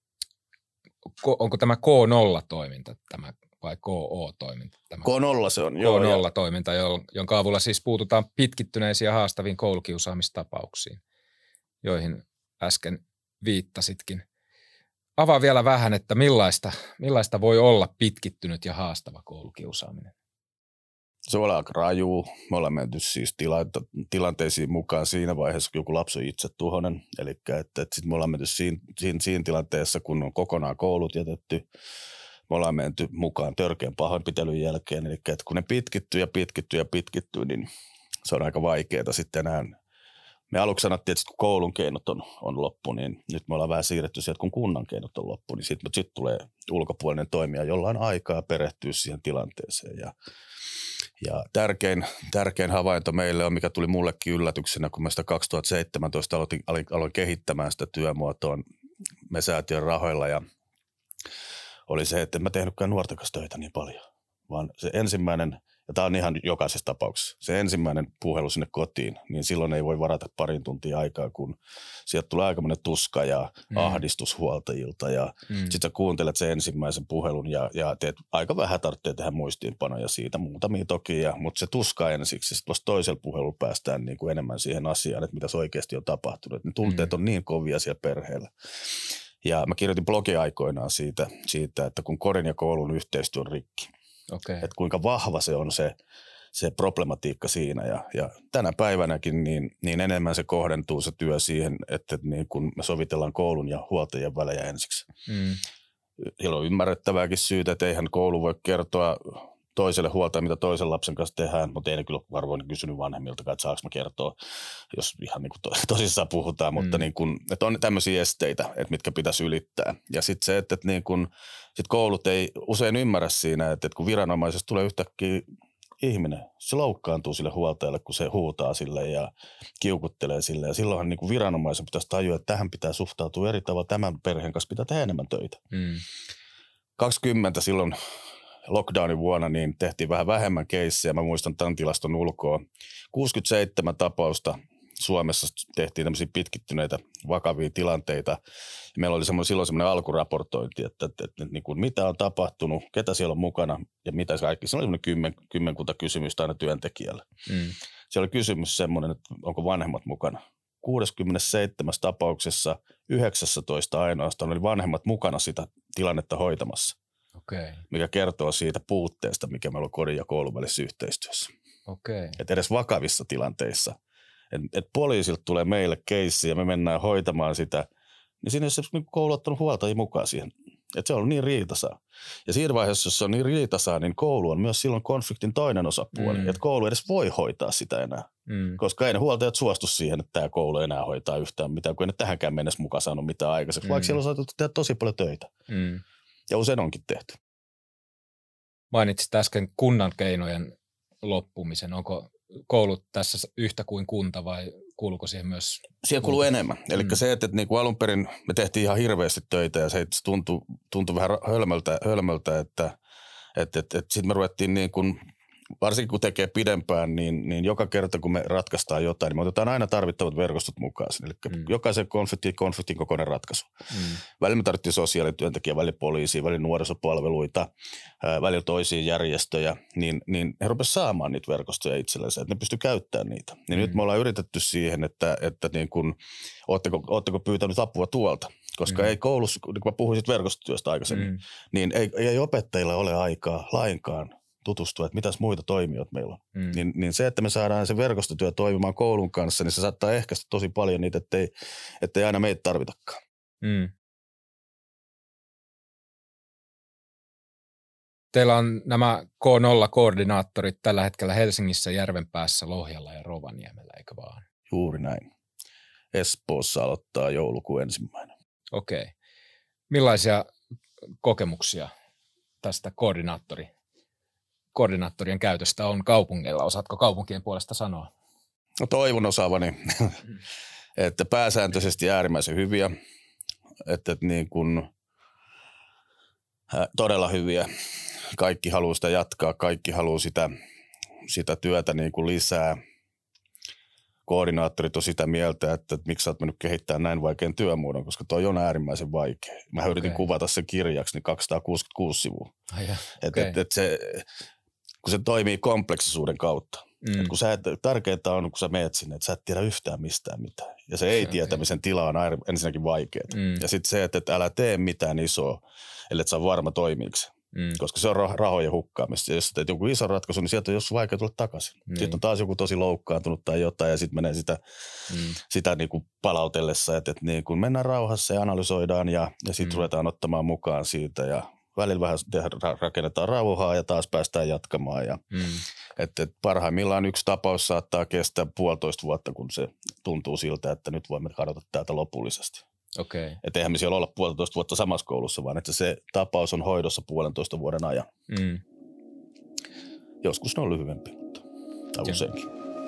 A: onko tämä K nolla -toiminta tämä, vai K O -toiminta? Tämä?
B: K nolla se on,
A: K nolla -toiminta, jonka avulla siis puututaan pitkittyneisiin ja haastaviin koulukiusaamistapauksiin, joihin äsken viittasitkin. Avaa vielä vähän, että millaista, millaista voi olla pitkittynyt ja haastava koulukiusaaminen.
B: Se voi olla aika rajua. Me ollaan menty siis tila- tilanteisiin mukaan siinä vaiheessa, kun joku lapsi on itse tuhonen. Eli että, että sitten me ollaan menty siinä, siinä, siinä tilanteessa, kun on kokonaan koulut jätetty. Me ollaan menty mukaan törkeän pahoinpitelyn jälkeen. Eli että kun ne pitkittyy ja pitkittyy ja pitkittyy, niin se on aika vaikeaa sitten enää. Me aluksi sanottiin, että kun koulun keinot on, on loppu, niin nyt me ollaan vähän siirretty sieltä, kun kunnan keinot on loppu, niin sitten sit tulee ulkopuolinen toimija, jolla on aikaa perehtyä siihen tilanteeseen. Ja, ja tärkein, tärkein havainto meille on, mikä tuli mullekin yllätyksenä, kun mä sitä kaksituhattaseitsemäntoista aloitin, aloin kehittämään sitä työmuotoa me säätiön rahoilla ja oli se, että en mä tehnytkään nuorten kanssa töitä niin paljon, vaan se ensimmäinen. Ja tämä on ihan jokaisessa tapauksessa. Se ensimmäinen puhelu sinne kotiin, niin silloin ei voi varata parin tuntia aikaa, kun sieltä tulee aikamoinen tuska ja mm. ahdistus huoltajilta. Ja mm. sitten sä kuuntelet sen ensimmäisen puhelun ja, ja teet aika vähän tarvitsee tehdä muistiinpanoja siitä, muutamia toki. Ja, mutta se tuska ensiksi, sitten vasta toisella puhelulla päästään niin kuin enemmän siihen asiaan, että mitä se oikeasti on tapahtunut. Ne tunteet mm. on niin kovia siellä perheellä. Ja mä kirjoitin blogiaikoinaan siitä, siitä, että kun kodin ja koulun yhteistyö on rikki. Okay. Että kuinka vahva se on se, se problematiikka siinä ja, ja tänä päivänäkin niin, niin enemmän se kohdentuu se työ siihen, että niin kun me sovitellaan koulun ja huoltajien välejä ensiksi. Mm. Siellä on ymmärrettävääkin syytä, että eihän koulu voi kertoa toiselle huoltaja, mitä toisen lapsen kanssa tehdään, mutta ei ne kyllä varvoin kysynyt vanhemmiltakaan, että saanko mä kertoa, jos ihan niin kuin to, tosissaan puhutaan, mm. mutta niin kun, että on tämmöisiä esteitä, että mitkä pitäisi ylittää. Ja sitten se, että, että niin kun, sit koulut ei usein ymmärrä siinä, että, että kun viranomaisesta tulee yhtäkkiä ihminen, se loukkaantuu sille huoltajalle, kun se huutaa sille ja kiukuttelee sille. Ja silloinhan niin kuin viranomaisen pitäisi tajua, että tähän pitää suhtautua eri tavalla, tämän perheen kanssa pitää tehdä enemmän töitä. Mm. kaksikymmentä silloin lockdownin vuonna niin tehtiin vähän vähemmän keissejä. Mä muistan tämän tilaston ulkoa. kuusikymmentäseitsemän tapausta Suomessa tehtiin tämmöisiä pitkittyneitä vakavia tilanteita. Meillä oli semmoinen, silloin semmoinen alkuraportointi, että, että, että, että niin kuin mitä on tapahtunut, ketä siellä on mukana ja mitä kaikki. Se oli semmoinen kymmen, kymmenkunta kysymystä aina työntekijälle. Mm. Siellä oli kysymys semmoinen, että onko vanhemmat mukana. kuusikymmentäseitsemän tapauksessa yhdeksäntoista ainoastaan oli vanhemmat mukana sitä tilannetta hoitamassa. Okay. Mikä kertoo siitä puutteesta, mikä meillä on kodin ja koulun välisessä yhteistyössä. Okay. Että edes vakavissa tilanteissa, että et poliisilta tulee meille keissi ja me mennään hoitamaan sitä, niin siinä ei ole koulu ottanut huoltajia mukaan siihen. Että se on niin riitasaa. Ja siinä vaiheessa, jos se on niin riitasaa, niin koulu on myös silloin konfliktin toinen osapuoli. Mm. Että koulu edes voi hoitaa sitä enää. Mm. Koska ei ne huoltajat suostu siihen, että tämä koulu enää hoitaa yhtään mitään, kun ei ne tähänkään mennessä mukaan saanut mitään aikaiseksi. Mm. Vaikka siellä on saatu tehdä tosi paljon töitä. Mm. Ja usein onkin tehty.
A: Mainitsit äsken kunnan keinojen loppumisen. Onko koulut tässä yhtä kuin kunta vai kuuluuko siihen myös?
B: Siihen kuuluu enemmän. Eli mm. se, että, että niin kuin alun perin me tehtiin ihan hirveästi töitä ja se tuntui, tuntui vähän hölmöltä, hölmöltä että, että, että, että sitten me ruvettiin niin kuin varsinkin kun tekee pidempään, niin, niin joka kerta kun me ratkaistaan jotain, niin me otetaan aina tarvittavat verkostot mukaan. Eli mm. jokaisen konfliktin, konfliktin kokoinen ratkaisu. Mm. Välillä me tarvittiin sosiaalityöntekijä, välillä poliisia, välillä nuorisopalveluita, ää, välillä toisia järjestöjä, niin, niin he rupesivat saamaan niitä verkostoja itsellensä, että ne pystyivät käyttämään niitä. Niin mm. nyt me ollaan yritetty siihen, että, että niin kun, ootteko, ootteko pyytänyt apua tuolta? Koska mm. ei koulussa, kun mä puhuin siitä verkostotyöstä aikaisemmin, mm. niin ei, ei opettajilla ole aikaa lainkaan tutustua, että mitäs muita toimijoita meillä on. Mm. Niin, niin se, että me saadaan se verkostotyö toimimaan koulun kanssa, niin se saattaa ehkäistä tosi paljon niitä, ettei, ettei aina meitä tarvitakaan.
A: Mm. Teillä on nämä K nolla -koordinaattorit tällä hetkellä Helsingissä, Järvenpäässä, Lohjalla ja Rovaniemellä, eikö vaan?
B: Juuri näin. Espoossa aloittaa joulukuun ensimmäinen.
A: Okei. Okay. Millaisia kokemuksia tästä koordinaattori, koordinaattorien käytöstä on kaupungeilla? Osaatko kaupunkien puolesta sanoa?
B: No toivon osaavani, mm. että pääsääntöisesti äärimmäisen hyviä, että, että niin kuin, todella hyviä. Kaikki haluaa sitä jatkaa, kaikki haluaa sitä, sitä työtä niin kuin lisää. Koordinaattorit on sitä mieltä, että, että miksi sä oot mennyt kehittämään näin vaikean työmuodon, koska toi on äärimmäisen vaikea. Mä okay. yritin kuvata sen kirjaksi, niin kaksisataakuusikymmentäkuusi sivua.
A: Oh, yeah.
B: et,
A: okay.
B: et, et se, kun se toimii kompleksisuuden kautta. Mm. Et kun sä et, tärkeintä on, kun sä meet sinne, että sä et tiedä yhtään mistään mitään. Ja se ei-tietämisen okay. tila on ensinnäkin vaikeaa. Mm. Ja sitten se, että, että älä tee mitään isoa, ellei et sä ole varma toimiiko se. Mm. Koska se on rahojen hukkaamista. Ja jos teet joku iso ratkaisu, niin sieltä on joskus vaikea tulla takaisin. Niin. Sitten on taas joku tosi loukkaantunut tai jotain ja sitten menee sitä, mm. sitä niin kuin palautellessa, että, että niin kuin mennään rauhassa ja analysoidaan ja, ja sitten mm. ruvetaan ottamaan mukaan siitä ja välillä vähän rakennetaan rauhaa ja taas päästään jatkamaan. Ja, mm. että, että parhaimmillaan yksi tapaus saattaa kestää puolitoista vuotta, kun se tuntuu siltä, että nyt voimme kadota täältä lopullisesti.
A: Okay.
B: Että eihän me siellä olla puolitoista vuotta samassa koulussa, vaan että se tapaus on hoidossa puolentoista vuoden ajan. Mm. Joskus ne on lyhyempi, mutta tai useinkin.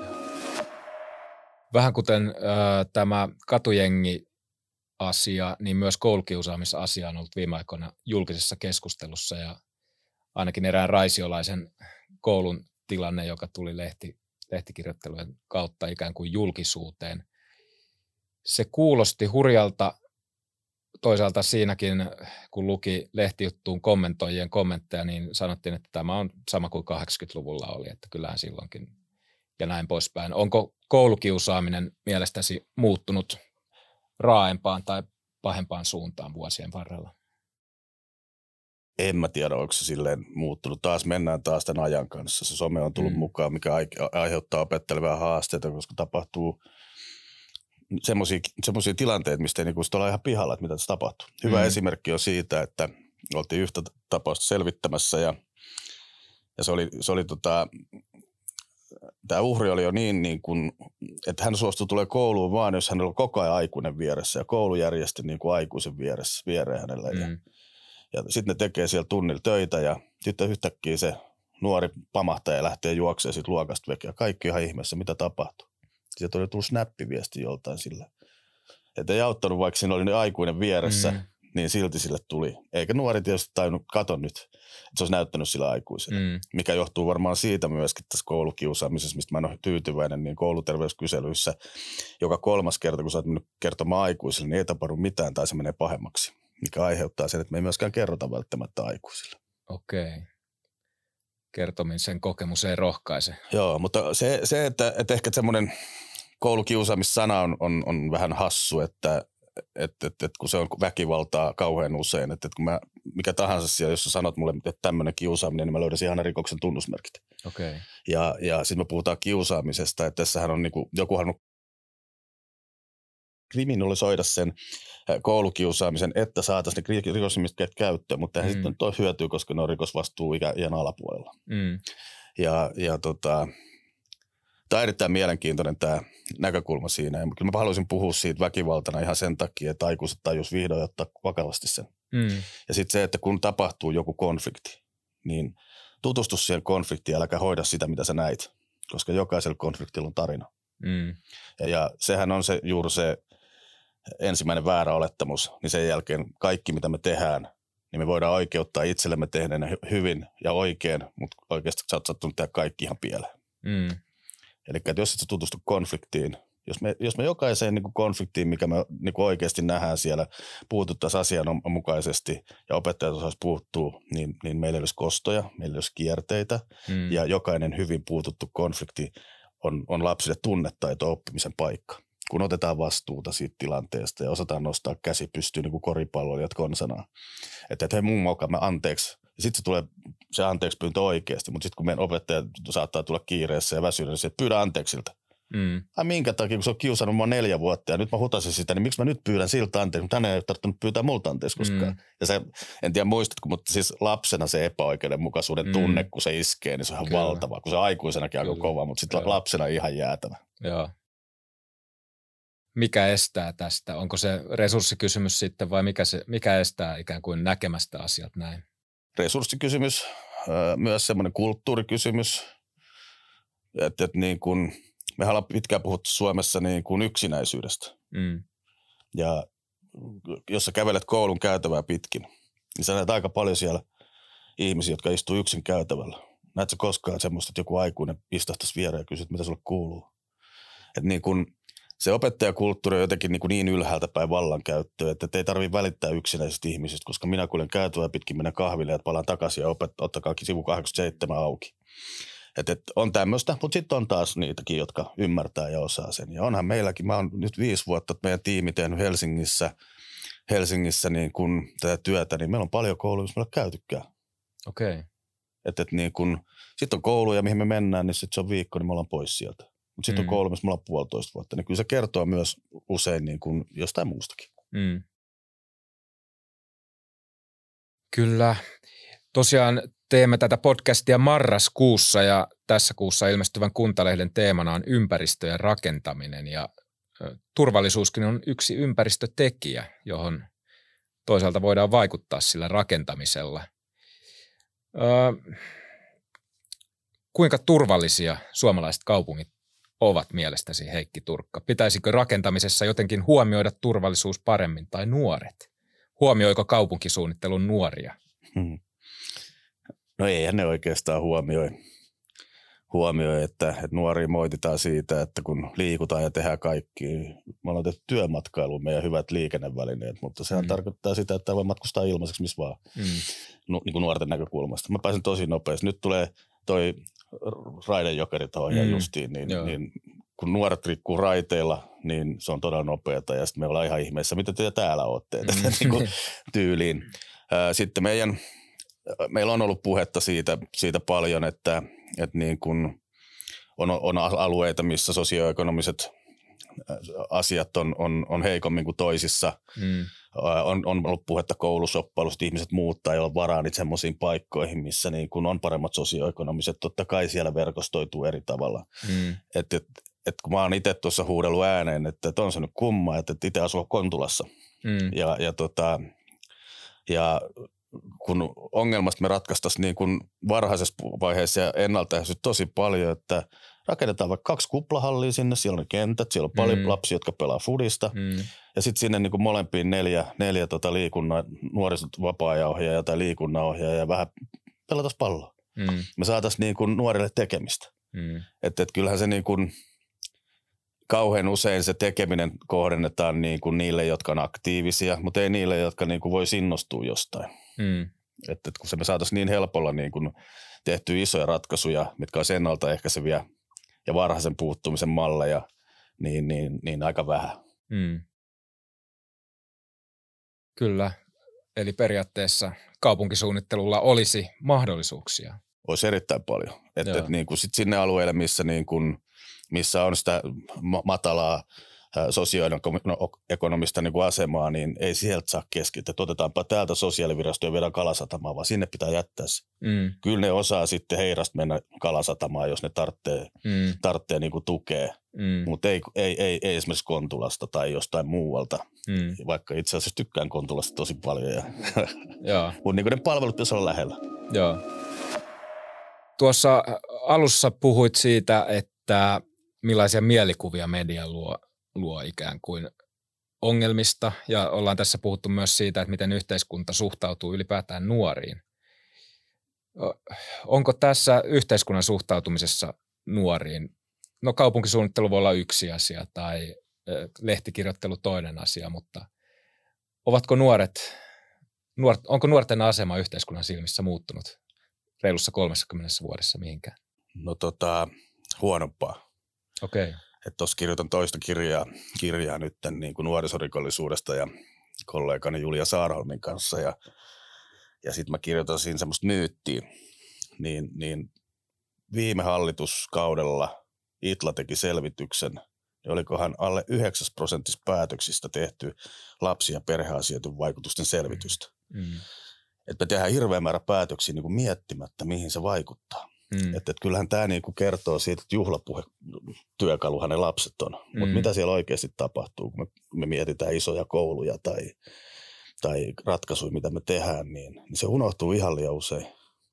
A: Vähän kuten äh, tämä katujengi-asia, niin myös koulukiusaamisasia on ollut viime aikoina julkisessa keskustelussa ja ainakin erään raisiolaisen koulun tilanne, joka tuli lehti, lehtikirjoittelujen kautta ikään kuin julkisuuteen. Se kuulosti hurjalta toisaalta siinäkin, kun luki lehtijuttuun kommentoijien kommentteja, niin sanottiin, että tämä on sama kuin kahdeksankymmentäluvulla oli, että kyllähän silloinkin ja näin poispäin. Onko koulukiusaaminen mielestäsi muuttunut raaempaan tai pahempaan suuntaan vuosien varrella?
B: En mä tiedä, onko se silleen muuttunut. Taas mennään taas tämän ajan kanssa. Se some on tullut mm. mukaan, mikä aiheuttaa opettelevia haasteita, koska tapahtuu semmoisia tilanteita, mistä ei niinku olla ihan pihalla, että mitä tässä tapahtuu. Hyvä mm. esimerkki on siitä, että oltiin yhtä tapausta selvittämässä ja, ja se oli, se oli tota, tämä uhri oli jo niin, niin kuin, että hän suostui tulee kouluun vaan, jos hänellä on koko ajan aikuinen vieressä ja koulu järjesti niin kuin aikuisen vieressä, viereen hänelle. Mm. Ja, ja sitten ne tekee siellä tunnilla töitä ja sitten yhtäkkiä se nuori pamahtaa ja lähtee juoksemaan siitä luokasta veke ja kaikki ihan ihmeessä, mitä tapahtuu. Sieltä oli tullut snappiviesti joltain sillä. Että ei auttanut, vaikka siinä oli ne aikuinen vieressä, mm. niin silti sille tuli. Eikä nuori tietysti tajunnut, kato nyt, että se olisi näyttänyt sillä aikuiselle. Mm. Mikä johtuu varmaan siitä myöskin tässä koulukiusaamisessa, mistä mä en ole tyytyväinen, niin kouluterveyskyselyissä joka kolmas kerta, kun sä oot mennyt kertomaan aikuisille, niin ei tapahdu mitään tai se menee pahemmaksi. Mikä aiheuttaa sen, että me ei myöskään kerrota välttämättä aikuisille.
A: Okei. Okay. Kertomisen kokemus ei rohkaise.
B: Joo, mutta se, se että, että ehkä semmoinen koulukiusaamissana on, on, on vähän hassu, että et, et, et, kun se on väkivaltaa kauhean usein. Että et kun mä, mikä tahansa siellä, jos sä sanot mulle, että tämmöinen kiusaaminen, niin mä löydän aina rikoksen tunnusmerkit.
A: Okay.
B: Ja, ja sitten me puhutaan kiusaamisesta, että tässähän on niinku, joku halunnut kriminalisoida sen koulukiusaamisen, että saataisiin ne rikosnimikkeet käyttöön, mutta eihän mm. sitten toi hyötyy, koska ne on rikosvastuu iän alapuolella. Mm. Ja, ja tota, tämä on erittäin mielenkiintoinen tämä näkökulma siinä. Ja kyllä mä haluaisin puhua siitä väkivaltana ihan sen takia, että aikuiset tajus vihdoin ottaa vakavasti sen. Mm. Ja sitten se, että kun tapahtuu joku konflikti, niin tutustu siihen konfliktiin, äläkä hoida sitä, mitä sä näit, koska jokaisella konfliktilla on tarina. Mm. Ja, ja sehän on se juuri se ensimmäinen väärä olettamus, niin sen jälkeen kaikki, mitä me tehdään, niin me voidaan oikeuttaa itsellemme tehneenä hyvin ja oikein, mutta oikeasti sä oot sattunut tehdä kaikki ihan pieleen. Mm. Eli jos et sä tutustu konfliktiin, jos me, jos me jokaiseen niin kuin konfliktiin, mikä me niin kuin oikeasti nähdään siellä, puututtaisiin asianmukaisesti ja opettajat osaisi puuttua, niin, niin meillä ei olisi kostoja, meillä ei olisi kierteitä mm. ja jokainen hyvin puututtu konflikti on, on lapsille tunnetaito oppimisen paikka. Kun otetaan vastuuta siitä tilanteesta ja osataan nostaa käsi pystyyn niin kuin koripalloilijat konsanaan. Että et hei mun moka, mä anteeksi. Ja sitten se tulee se anteeksi pyyntö oikeasti, mutta sitten kun meidän opettaja saattaa tulla kiireessä ja väsynyt, niin se, että pyydä anteeksilta. Mm. Ai minkä takia, kun se on kiusannut mua neljä vuotta ja nyt mä hutasin sitä, niin miksi mä nyt pyydän siltä anteeksi, mutta hänen ei tarvittanut pyytää multa anteeksi koskaan. Mm. Ja se, en tiedä muistatko, mutta siis lapsena se epäoikeudenmukaisuuden mm. tunne, kun se iskee, niin se on ihan valtava. Kun se aikuisenakin aika kova, mutta sitten lapsena ihan jäätävä.
A: Joo. Mikä estää tästä? Onko se resurssikysymys sitten vai mikä, se, mikä estää ikään kuin näkemästä asiat näin?
B: Resurssikysymys, myös semmoinen kulttuurikysymys, että, että niin kuin, mehän ollaan pitkään puhuttu Suomessa niin kuin yksinäisyydestä. Mm. Ja jos sä kävelet koulun käytävää pitkin, niin sä näet aika paljon siellä ihmisiä, jotka istuu yksin käytävällä. Näet sä koskaan semmoista, että joku aikuinen istahtaisi viereen ja kysyt, mitä sulle kuuluu? Että niin kuin se opettajakulttuuri on jotenkin niin, niin ylhäältä päin vallankäyttöä, että ei tarvitse välittää yksinäisistä ihmisistä, koska minä kuulen käytyä pitkin mennä kahville ja palaan takaisin ja opet- ottakaa sivu kahdeksankymmentäseitsemän auki. Et, et on tämmöistä, mutta sitten on taas niitäkin, jotka ymmärtää ja osaa sen. Ja onhan meilläkin, mä oon nyt viisi vuotta meidän tiimi tehnyt Helsingissä, Helsingissä niin kun tätä työtä, niin meillä on paljon kouluja, missä meillä on käytykään.
A: Okei. Okay.
B: Että et niin kun, sitten on kouluja, mihin me mennään, niin sitten se on viikko, niin me ollaan pois sieltä. Mutta sitten mm. on koulu, missä me ollaan puolitoista vuotta. Niin kyllä se kertoo myös usein niin kuin jostain muustakin. Mm.
A: Kyllä. Tosiaan teemme tätä podcastia marraskuussa ja tässä kuussa ilmestyvän Kuntalehden teemana on ympäristö ja rakentaminen. Ja turvallisuuskin on yksi ympäristötekijä, johon toisaalta voidaan vaikuttaa sillä rakentamisella. Öö, kuinka turvallisia suomalaiset kaupungit ovat mielestäsi, Heikki Turkka? Pitäisikö rakentamisessa jotenkin huomioida turvallisuus paremmin tai nuoret? Huomioiko kaupunkisuunnittelun nuoria? Hmm.
B: No eihän ne oikeastaan huomioi, huomioi että, että nuoria moititaan siitä, että kun liikutaan ja tehdään kaikki. Me ollaan tehty työmatkailuun meidän hyvät liikennevälineet, mutta sehän hmm. tarkoittaa sitä, että voi matkustaa ilmaiseksi missä vaan, hmm. nu, niin kuin nuorten näkökulmasta. Mä pääsen tosi nopeasti. Nyt tulee toi raidejokeri tuohon mm. justiin, niin, niin kun nuoret rikkuu raiteilla, niin se on todella nopeata ja sitten me ollaan ihan ihmeessä, mitä te täällä olette mm. niin kuin tyyliin. Sitten meidän, meillä on ollut puhetta siitä, siitä paljon, että, että niin kuin on, on alueita, missä sosioekonomiset asiat on, on, on heikommin kuin toisissa. Mm. On, on ollut puhetta koulusoppailusta, ihmiset muuttaa ja on varaa niitä semmoisiin paikkoihin, missä niin kun on paremmat sosioekonomiset. Totta kai siellä verkostoituu eri tavalla. Mm. Että et, et kun mä oon itse tuossa huudellut ääneen, että et on se nyt kumma, että et itse asuu Kontulassa. Mm. Ja, ja, tota, ja kun ongelmasta me ratkaistaisiin niin kun varhaisessa vaiheessa ja ennaltaehkäisy tosi paljon, että rakennetaan vaikka kaksi kuplahallia sinne, siellä on kentät, siellä on paljon mm. lapsia, jotka pelaa fudista. Mm. Ja sitten sinne niin kuin molempiin neljä, neljä tota liikunnan, nuorisot vapaa-ajanohjaaja tai liikunnanohjaaja ja vähän pelataan palloa. Mm. Me saataisiin niin kuin nuorille tekemistä. Mm. Että et kyllähän se niin kuin kauhean usein se tekeminen kohdennetaan niin kuin niille, jotka on aktiivisia, mutta ei niille, jotka niin kuin voi innostua jostain. Mm. Että et kun se me saataisiin niin helpolla niin kuin tehtyä isoja ratkaisuja, mitkä olisi ennaltaehkäiseviä ja varhaisen puuttumisen malleja, niin, niin, niin aika vähän. Mm.
A: Kyllä. Eli periaatteessa kaupunkisuunnittelulla olisi mahdollisuuksia.
B: Olisi erittäin paljon. Että et niin kuin sit sinne alueelle, missä, niin kuin, missä on sitä matalaa sosioekonomista niin kuin asemaa, niin ei sieltä saa keskittyä. Otetaanpa täältä sosiaalivirasto ja viedään Kalasatamaan, vaan sinne pitää jättää se. Mm. Kyllä ne osaa sitten heirasta mennä Kalasatamaan, jos ne tarvitsee, mm. tarvitsee niin kuin tukea. Mm. Mutta ei, ei, ei, ei esimerkiksi Kontulasta tai jostain muualta, mm. vaikka itse asiassa tykkään Kontulasta tosi paljon. Ja mutta niin ne palvelut pitäisi olla lähellä.
A: Joo. Tuossa alussa puhuit siitä, että millaisia mielikuvia media luo, luo ikään kuin ongelmista ja ollaan tässä puhuttu myös siitä, että miten yhteiskunta suhtautuu ylipäätään nuoriin. Onko tässä yhteiskunnan suhtautumisessa nuoriin? No kaupunkisuunnittelu voi olla yksi asia tai lehtikirjoittelu toinen asia, mutta ovatko nuoret, nuort, onko nuorten asema yhteiskunnan silmissä muuttunut reilussa kolmessakymmenessä vuodessa mihinkään?
B: No tota, huonompaa.
A: Okei. Okay.
B: Että tuossa kirjoitan toista kirjaa, kirjaa nyt niin kuin nuorisorikollisuudesta ja kollegani Julia Saarholmin kanssa ja, ja sitten mä kirjoitan siinä semmoista myyttiä, niin, niin viime hallituskaudella Itla teki selvityksen, ja olikohan alle yhdeksäs prosentissa päätöksistä tehty lapsi- ja perheasioiden vaikutusten selvitystä. Mm. Että me tehdään hirveä määrä päätöksiä niin kuin miettimättä, mihin se vaikuttaa. Mm. Että et kyllähän tämä niinku kertoo siitä, että juhlapuhetyökaluhan ne lapset on. Mm. Mutta mitä siellä oikeasti tapahtuu, kun me, me mietitään isoja kouluja tai, tai ratkaisuja, mitä me tehdään, niin, niin se unohtuu ihan liian usein.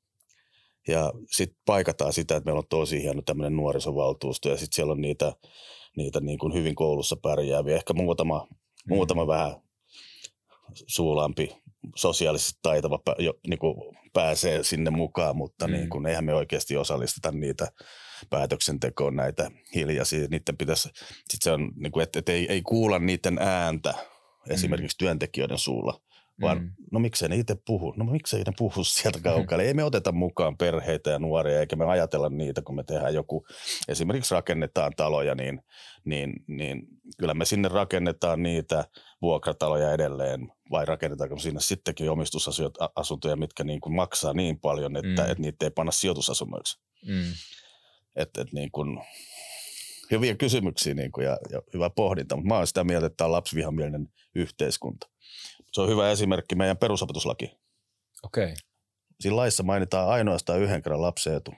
B: Ja sitten paikataan sitä, että meillä on tosi hieno tämmöinen nuorisovaltuusto ja sitten siellä on niitä, niitä niin kuin hyvin koulussa pärjääviä. Ehkä muutama, mm. muutama vähän suulampi, sosiaalisesti taitava jo, niin kuin pääsee sinne mukaan, mutta mm. niin kuin, eihän me oikeasti osallisteta niitä päätöksentekoon näitä hiljaisia. Niiden pitäisi, sit se on, niin kuin, että, että ei, ei kuulla niiden ääntä esimerkiksi mm. työntekijöiden suulla, vaan mm. no miksei ne itse puhu, no miksei ne puhu sieltä kaukaa. Mm. Ei me oteta mukaan perheitä ja nuoria, eikä me ajatella niitä, kun me tehdään joku, esimerkiksi rakennetaan taloja, niin, niin, niin kyllä me sinne rakennetaan niitä vuokrataloja edelleen, vai rakennetaanko sinne sittenkin omistusasuntoja, mitkä niin kuin maksaa niin paljon, että, mm. että niitä ei panna sijoitusasunnoiksi. Mm. Että et niin kuin, hyviä kysymyksiä niin kuin ja, ja hyvä pohdinta, mutta mä oon sitä mieltä, että tämä on lapsivihamielinen yhteiskunta. Se on hyvä esimerkki meidän perusopetuslaki.
A: Okei. Okay. Siinä
B: laissa mainitaan ainoastaan yhden kerran lapsen etu.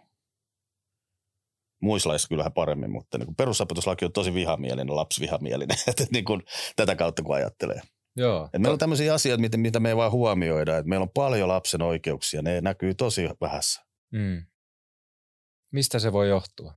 B: Muissa laissa kyllähän paremmin, mutta niin kuin perusopetuslaki on tosi vihamielinen, lapsivihamielinen, että niin kuin tätä kautta kun ajattelee.
A: Joo.
B: Että meillä on tämmöisiä asioita, mitä, mitä me ei vaan huomioida, että meillä on paljon lapsen oikeuksia, ne näkyy tosi vähässä.
A: Mm. Mistä se voi johtua?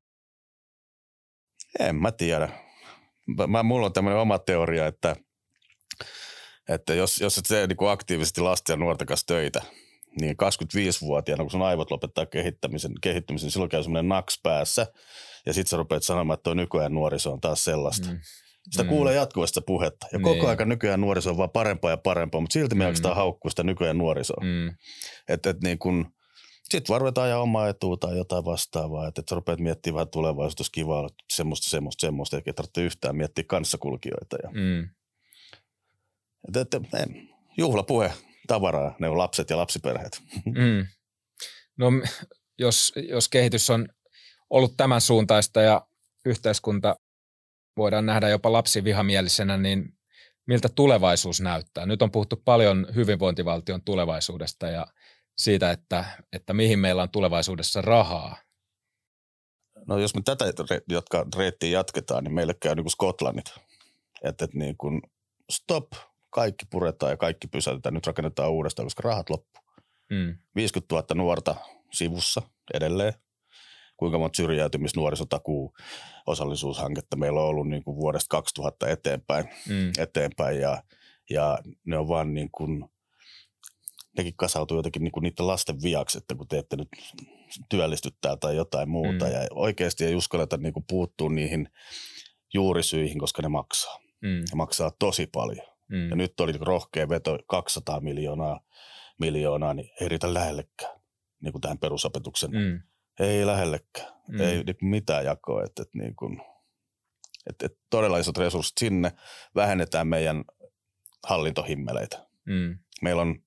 B: En mä tiedä. Mä, mulla on tämmöinen oma teoria, että Että jos, jos et tee niin aktiivisesti lasten ja nuorten kanssa töitä, niin kaksikymmentäviisivuotiaana, kun sun aivot lopettaa kehittämisen, kehittymisen, niin silloin käy semmoinen naks päässä. Ja sit sä rupeat sanomaan, että tuo nykyään nuoriso on taas sellaista. Mm. Sitä mm. kuulee jatkuvasti puhetta. Ja niin. Koko ajan nykyään nuoriso on vaan parempaa ja parempaa, mutta silti me mm. jaksetaan haukkua sitä nykyään nuorisoa. Mm. Että et niin kun, sit vaan ruvetaan ajaa omaa etua tai jotain vastaavaa. Että et sä rupeat miettimään vähän tulevaisuutta, jos kivaa olla semmoista, semmoista, semmoista, eikä tarvitse yhtään miettiä kanssakulkijoita. Ja mm. Että, että, juhlapuhe, tavaraa, ne on lapset ja lapsiperheet.
A: Mm. No jos, jos kehitys on ollut tämän suuntaista ja yhteiskunta voidaan nähdä jopa lapsivihamielisenä, niin miltä tulevaisuus näyttää? Nyt on puhuttu paljon hyvinvointivaltion tulevaisuudesta ja siitä, että, että mihin meillä on tulevaisuudessa rahaa.
B: No jos me tätä jotka reittiä jatketaan, niin meille käy niin kuin Skotlannit. Että, että niin kuin stop. Kaikki puretaan ja kaikki pysäytetään. Nyt rakennetaan uudestaan, koska rahat loppuu. Mm. viisikymmentätuhatta nuorta sivussa edelleen. Kuinka monta syrjäytymisnuorisotakuu osallisuushanketta meillä on ollut niin kuin vuodesta kaksituhatta eteenpäin. Mm. eteenpäin ja, ja ne on vaan niin kuin, nekin kasautuu jotenkin niin kuin niiden lasten viaksi, että kun te ette nyt työllistyttää tai jotain muuta. Mm. Ja oikeasti ei uskalleta niin kuin puuttua niihin juurisyihin, koska ne maksaa. Mm. Ne maksaa tosi paljon. Mm. Ja nyt oli rohkea veto kaksisataa miljoonaa, miljoonaa, niin ei riitä lähellekään, niin kuin tähän perusopetuksen. Mm. Ei lähellekään, mm. ei niin mitään jakoa. Että, että, niin kuin, että, että todella isot resurssit sinne, vähennetään meidän hallintohimmeleitä. Mm. Meillä on,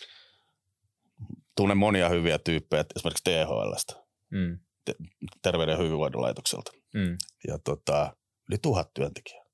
B: tunnen monia hyviä tyyppejä, esimerkiksi T H L:stä, mm. Terveyden ja hyvinvoinnin laitokselta. Mm. Ja tota, yli tuhat työntekijää.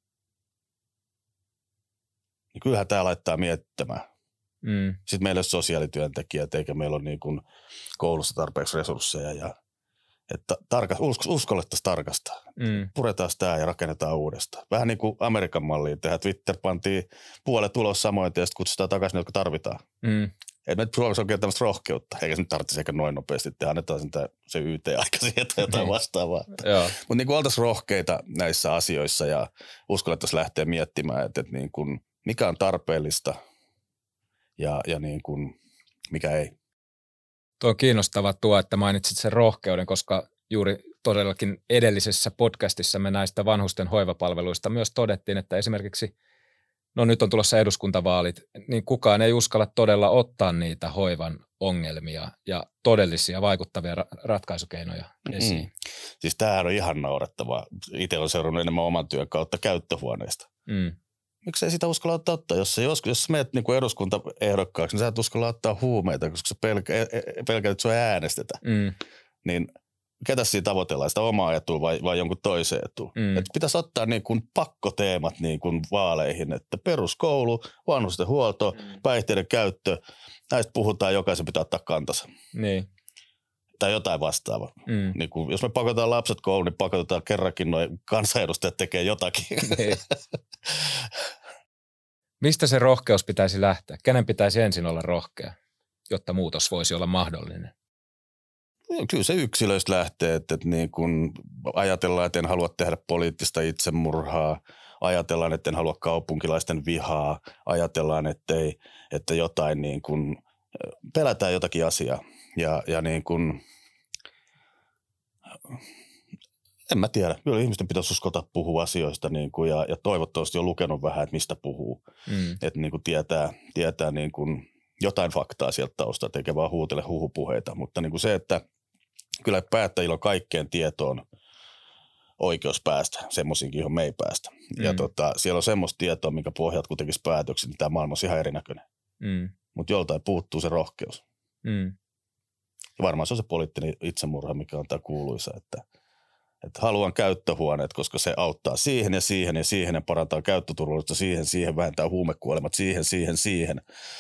B: Niin kyllähän tämä laittaa miettimään. Mm. Sitten meillä on sosiaalityöntekijät, eikä meillä ole niin kuin koulussa tarpeeksi resursseja. Ja, että tarka, uskallettaisiin tarkastaa. Mm. Puretaan tämä ja rakennetaan uudestaan. Vähän niin kuin Amerikan malliin tehdään. Twitter pantiin puolet ulos samoin ja sitten kutsutaan takaisin, jotka tarvitaan. Mm. Ei me Suomessa oikein tämmöistä rohkeutta, eikä se nyt tarvitsisi ehkä noin nopeasti, että annetaan sen se Y T-aika siihen tai jotain vastaavaa. Mutta niin kuin oltaisiin rohkeita näissä asioissa ja uskallettaisiin lähteä miettimään, että, että niin kuin, mikä on tarpeellista ja, ja niin kuin, mikä ei.
A: Tuo on kiinnostava tuo, että mainitsit sen rohkeuden, koska juuri todellakin edellisessä podcastissa me näistä vanhusten hoivapalveluista myös todettiin, että esimerkiksi no nyt on tulossa eduskuntavaalit, niin kukaan ei uskalla todella ottaa niitä hoivan ongelmia ja todellisia vaikuttavia ra- ratkaisukeinoja esiin. Mm.
B: Siis tämähän on ihan naurettavaa. Itse olen seurannut enemmän oman työn kautta käyttöhuoneesta. Mm. Miksi ei sitä uskalla ottaa? Jos, jos, jos menet niin kuin eduskuntaehdokkaaksi, niin sä et uskalla ottaa huumeita, koska sä pelkä, pelkät, että sua äänestetään. Mm. Niin ketä siinä tavoitellaan, sitä omaa etua vai, vai jonkun toisen etua? Mm. Että pitäisi ottaa niin kuin pakkoteemat niin kuin vaaleihin, että peruskoulu, vanhustenhuolto, mm. päihteiden käyttö, näistä puhutaan, jokaisen pitää ottaa kantansa. Niin. Tai jotain vastaavaa. Mm. Niin kuin, jos me pakotetaan lapset kouluun, niin pakotetaan kerrankin noin kansanedustajat tekee jotakin. Niin.
A: Mistä se rohkeus pitäisi lähteä? Kenen pitäisi ensin olla rohkea, jotta muutos voisi olla mahdollinen?
B: Kyllä se yksilöistä lähtee, että, että niin kun ajatellaan, että en halua tehdä poliittista itsemurhaa, ajatellaan, että en halua kaupunkilaisten vihaa, ajatellaan, että, ei, että jotain niin kun, pelätään jotakin asiaa ja, ja niin kun, en mä tiedä, kyllä ihmisten pitäisi uskota puhua asioista niin kun, ja, ja toivottavasti on lukenut vähän, että mistä puhuu, mm. että niin kun tietää, tietää niin kun jotain faktaa sieltä taustalta, eikä vaan huutele huhupuheita, mutta niin kuin se, että kyllä päättäjillä on kaikkeen tietoon oikeus päästä, semmoisiinkin, johon me ei päästä. Mm. Ja tota, siellä on semmoista tietoa, minkä pohjalta kun tekisi päätöksen, niin tämä maailma on ihan erinäköinen. Mm. Mutta joltain puuttuu se rohkeus. Mm. Ja varmaan se on se poliittinen itsemurha, mikä on tämä kuuluisa, että, että haluan käyttöhuoneet, koska se auttaa siihen ja siihen ja siihen ja parantaa käyttöturvallisuutta siihen, siihen vähentää huumekuolemat, siihen, siihen, siihen.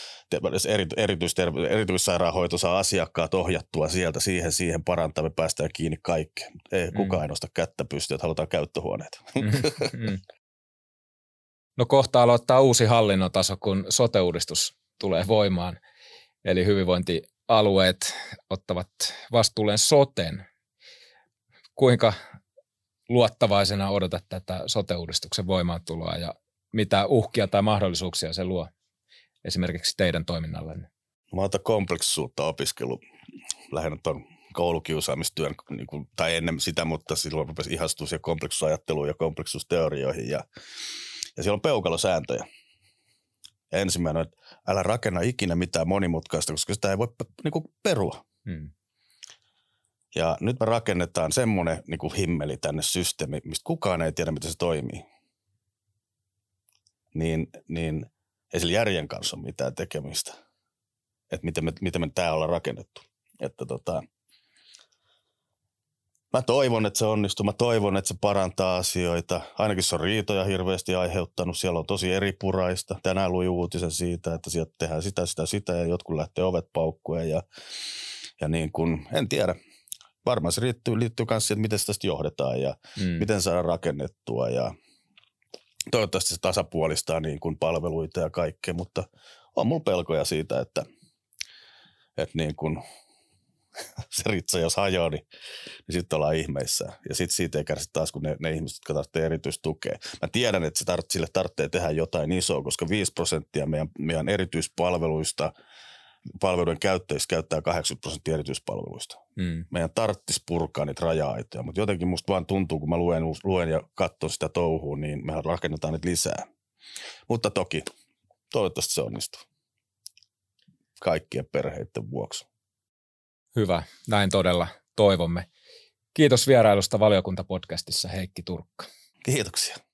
B: Erityissairaanhoito saa asiakkaat ohjattua sieltä siihen, siihen parantaa, me päästään kiinni kaikkeen. Ei mm. kukaan ei nosta kättä pystyä, että halutaan käyttöhuoneita. Mm, mm.
A: No kohta aloittaa uusi hallinnon taso, kun sote-uudistus tulee voimaan. Eli hyvinvointialueet ottavat vastuulleen soten. Kuinka luottavaisena odotat tätä sote-uudistuksen voimaantuloa ja mitä uhkia tai mahdollisuuksia se luo? Esimerkiksi teidän toiminnallenne?
B: Mä oon kompleksisuutta opiskellut lähinnä tuon koulukiusaamistyön, niin kuin, tai ennen sitä, mutta silloin rupesi ihastua siihen kompleksisuusajatteluun ja kompleksisuusteorioihin. Ja, ja siellä on peukalosääntöjä. Ja ensimmäinen on, että älä rakenna ikinä mitään monimutkaista, koska sitä ei voi niin kuin, perua. Hmm. Ja nyt me rakennetaan semmoinen niin kuin himmeli tänne systeemi, mistä kukaan ei tiedä, miten se toimii. Niin, niin ei sillä järjen kanssa ole mitään tekemistä, että miten me, miten me tää ollaan rakennettu. Että tota, mä toivon, että se onnistuu, mä toivon, että se parantaa asioita. Ainakin se on riitoja hirveästi aiheuttanut, siellä on tosi eripuraista. Tänään luin uutisen siitä, että sieltä tehdään sitä, sitä, sitä ja jotkut lähtee ovet paukkueen ja, ja niin kuin, en tiedä. Varmaan se liittyy, liittyy myös siihen, että miten sitä tästä johdetaan ja mm. miten saadaan rakennettua ja toivottavasti se tasapuolistaa niin kuin palveluita ja kaikkea, mutta on mun pelkoja siitä, että, että niin kuin se ritsa jos hajoaa, niin, niin sitten ollaan ihmeissä. Ja sitten siitä ei kärsi taas, kun ne, ne ihmiset, jotka tarvitsee erityistukea. Mä tiedän, että se tart, sille tarvitsee tehdä jotain isoa, koska viisi prosenttia meidän, meidän erityispalveluista, palveluiden käyttäjistä käyttää kahdeksankymmentä prosenttia erityispalveluista. Mm. Meidän tarvitsisi purkaa niitä raja-aitoja, mutta jotenkin musta vaan tuntuu, kun mä luen, luen ja katson sitä touhua, niin mehän rakennetaan niitä lisää. Mutta toki, toivottavasti se onnistuu. Kaikkien perheiden vuoksi.
A: Hyvä, näin todella toivomme. Kiitos vierailusta valiokuntapodcastissa, Heikki Turkka.
B: Kiitoksia.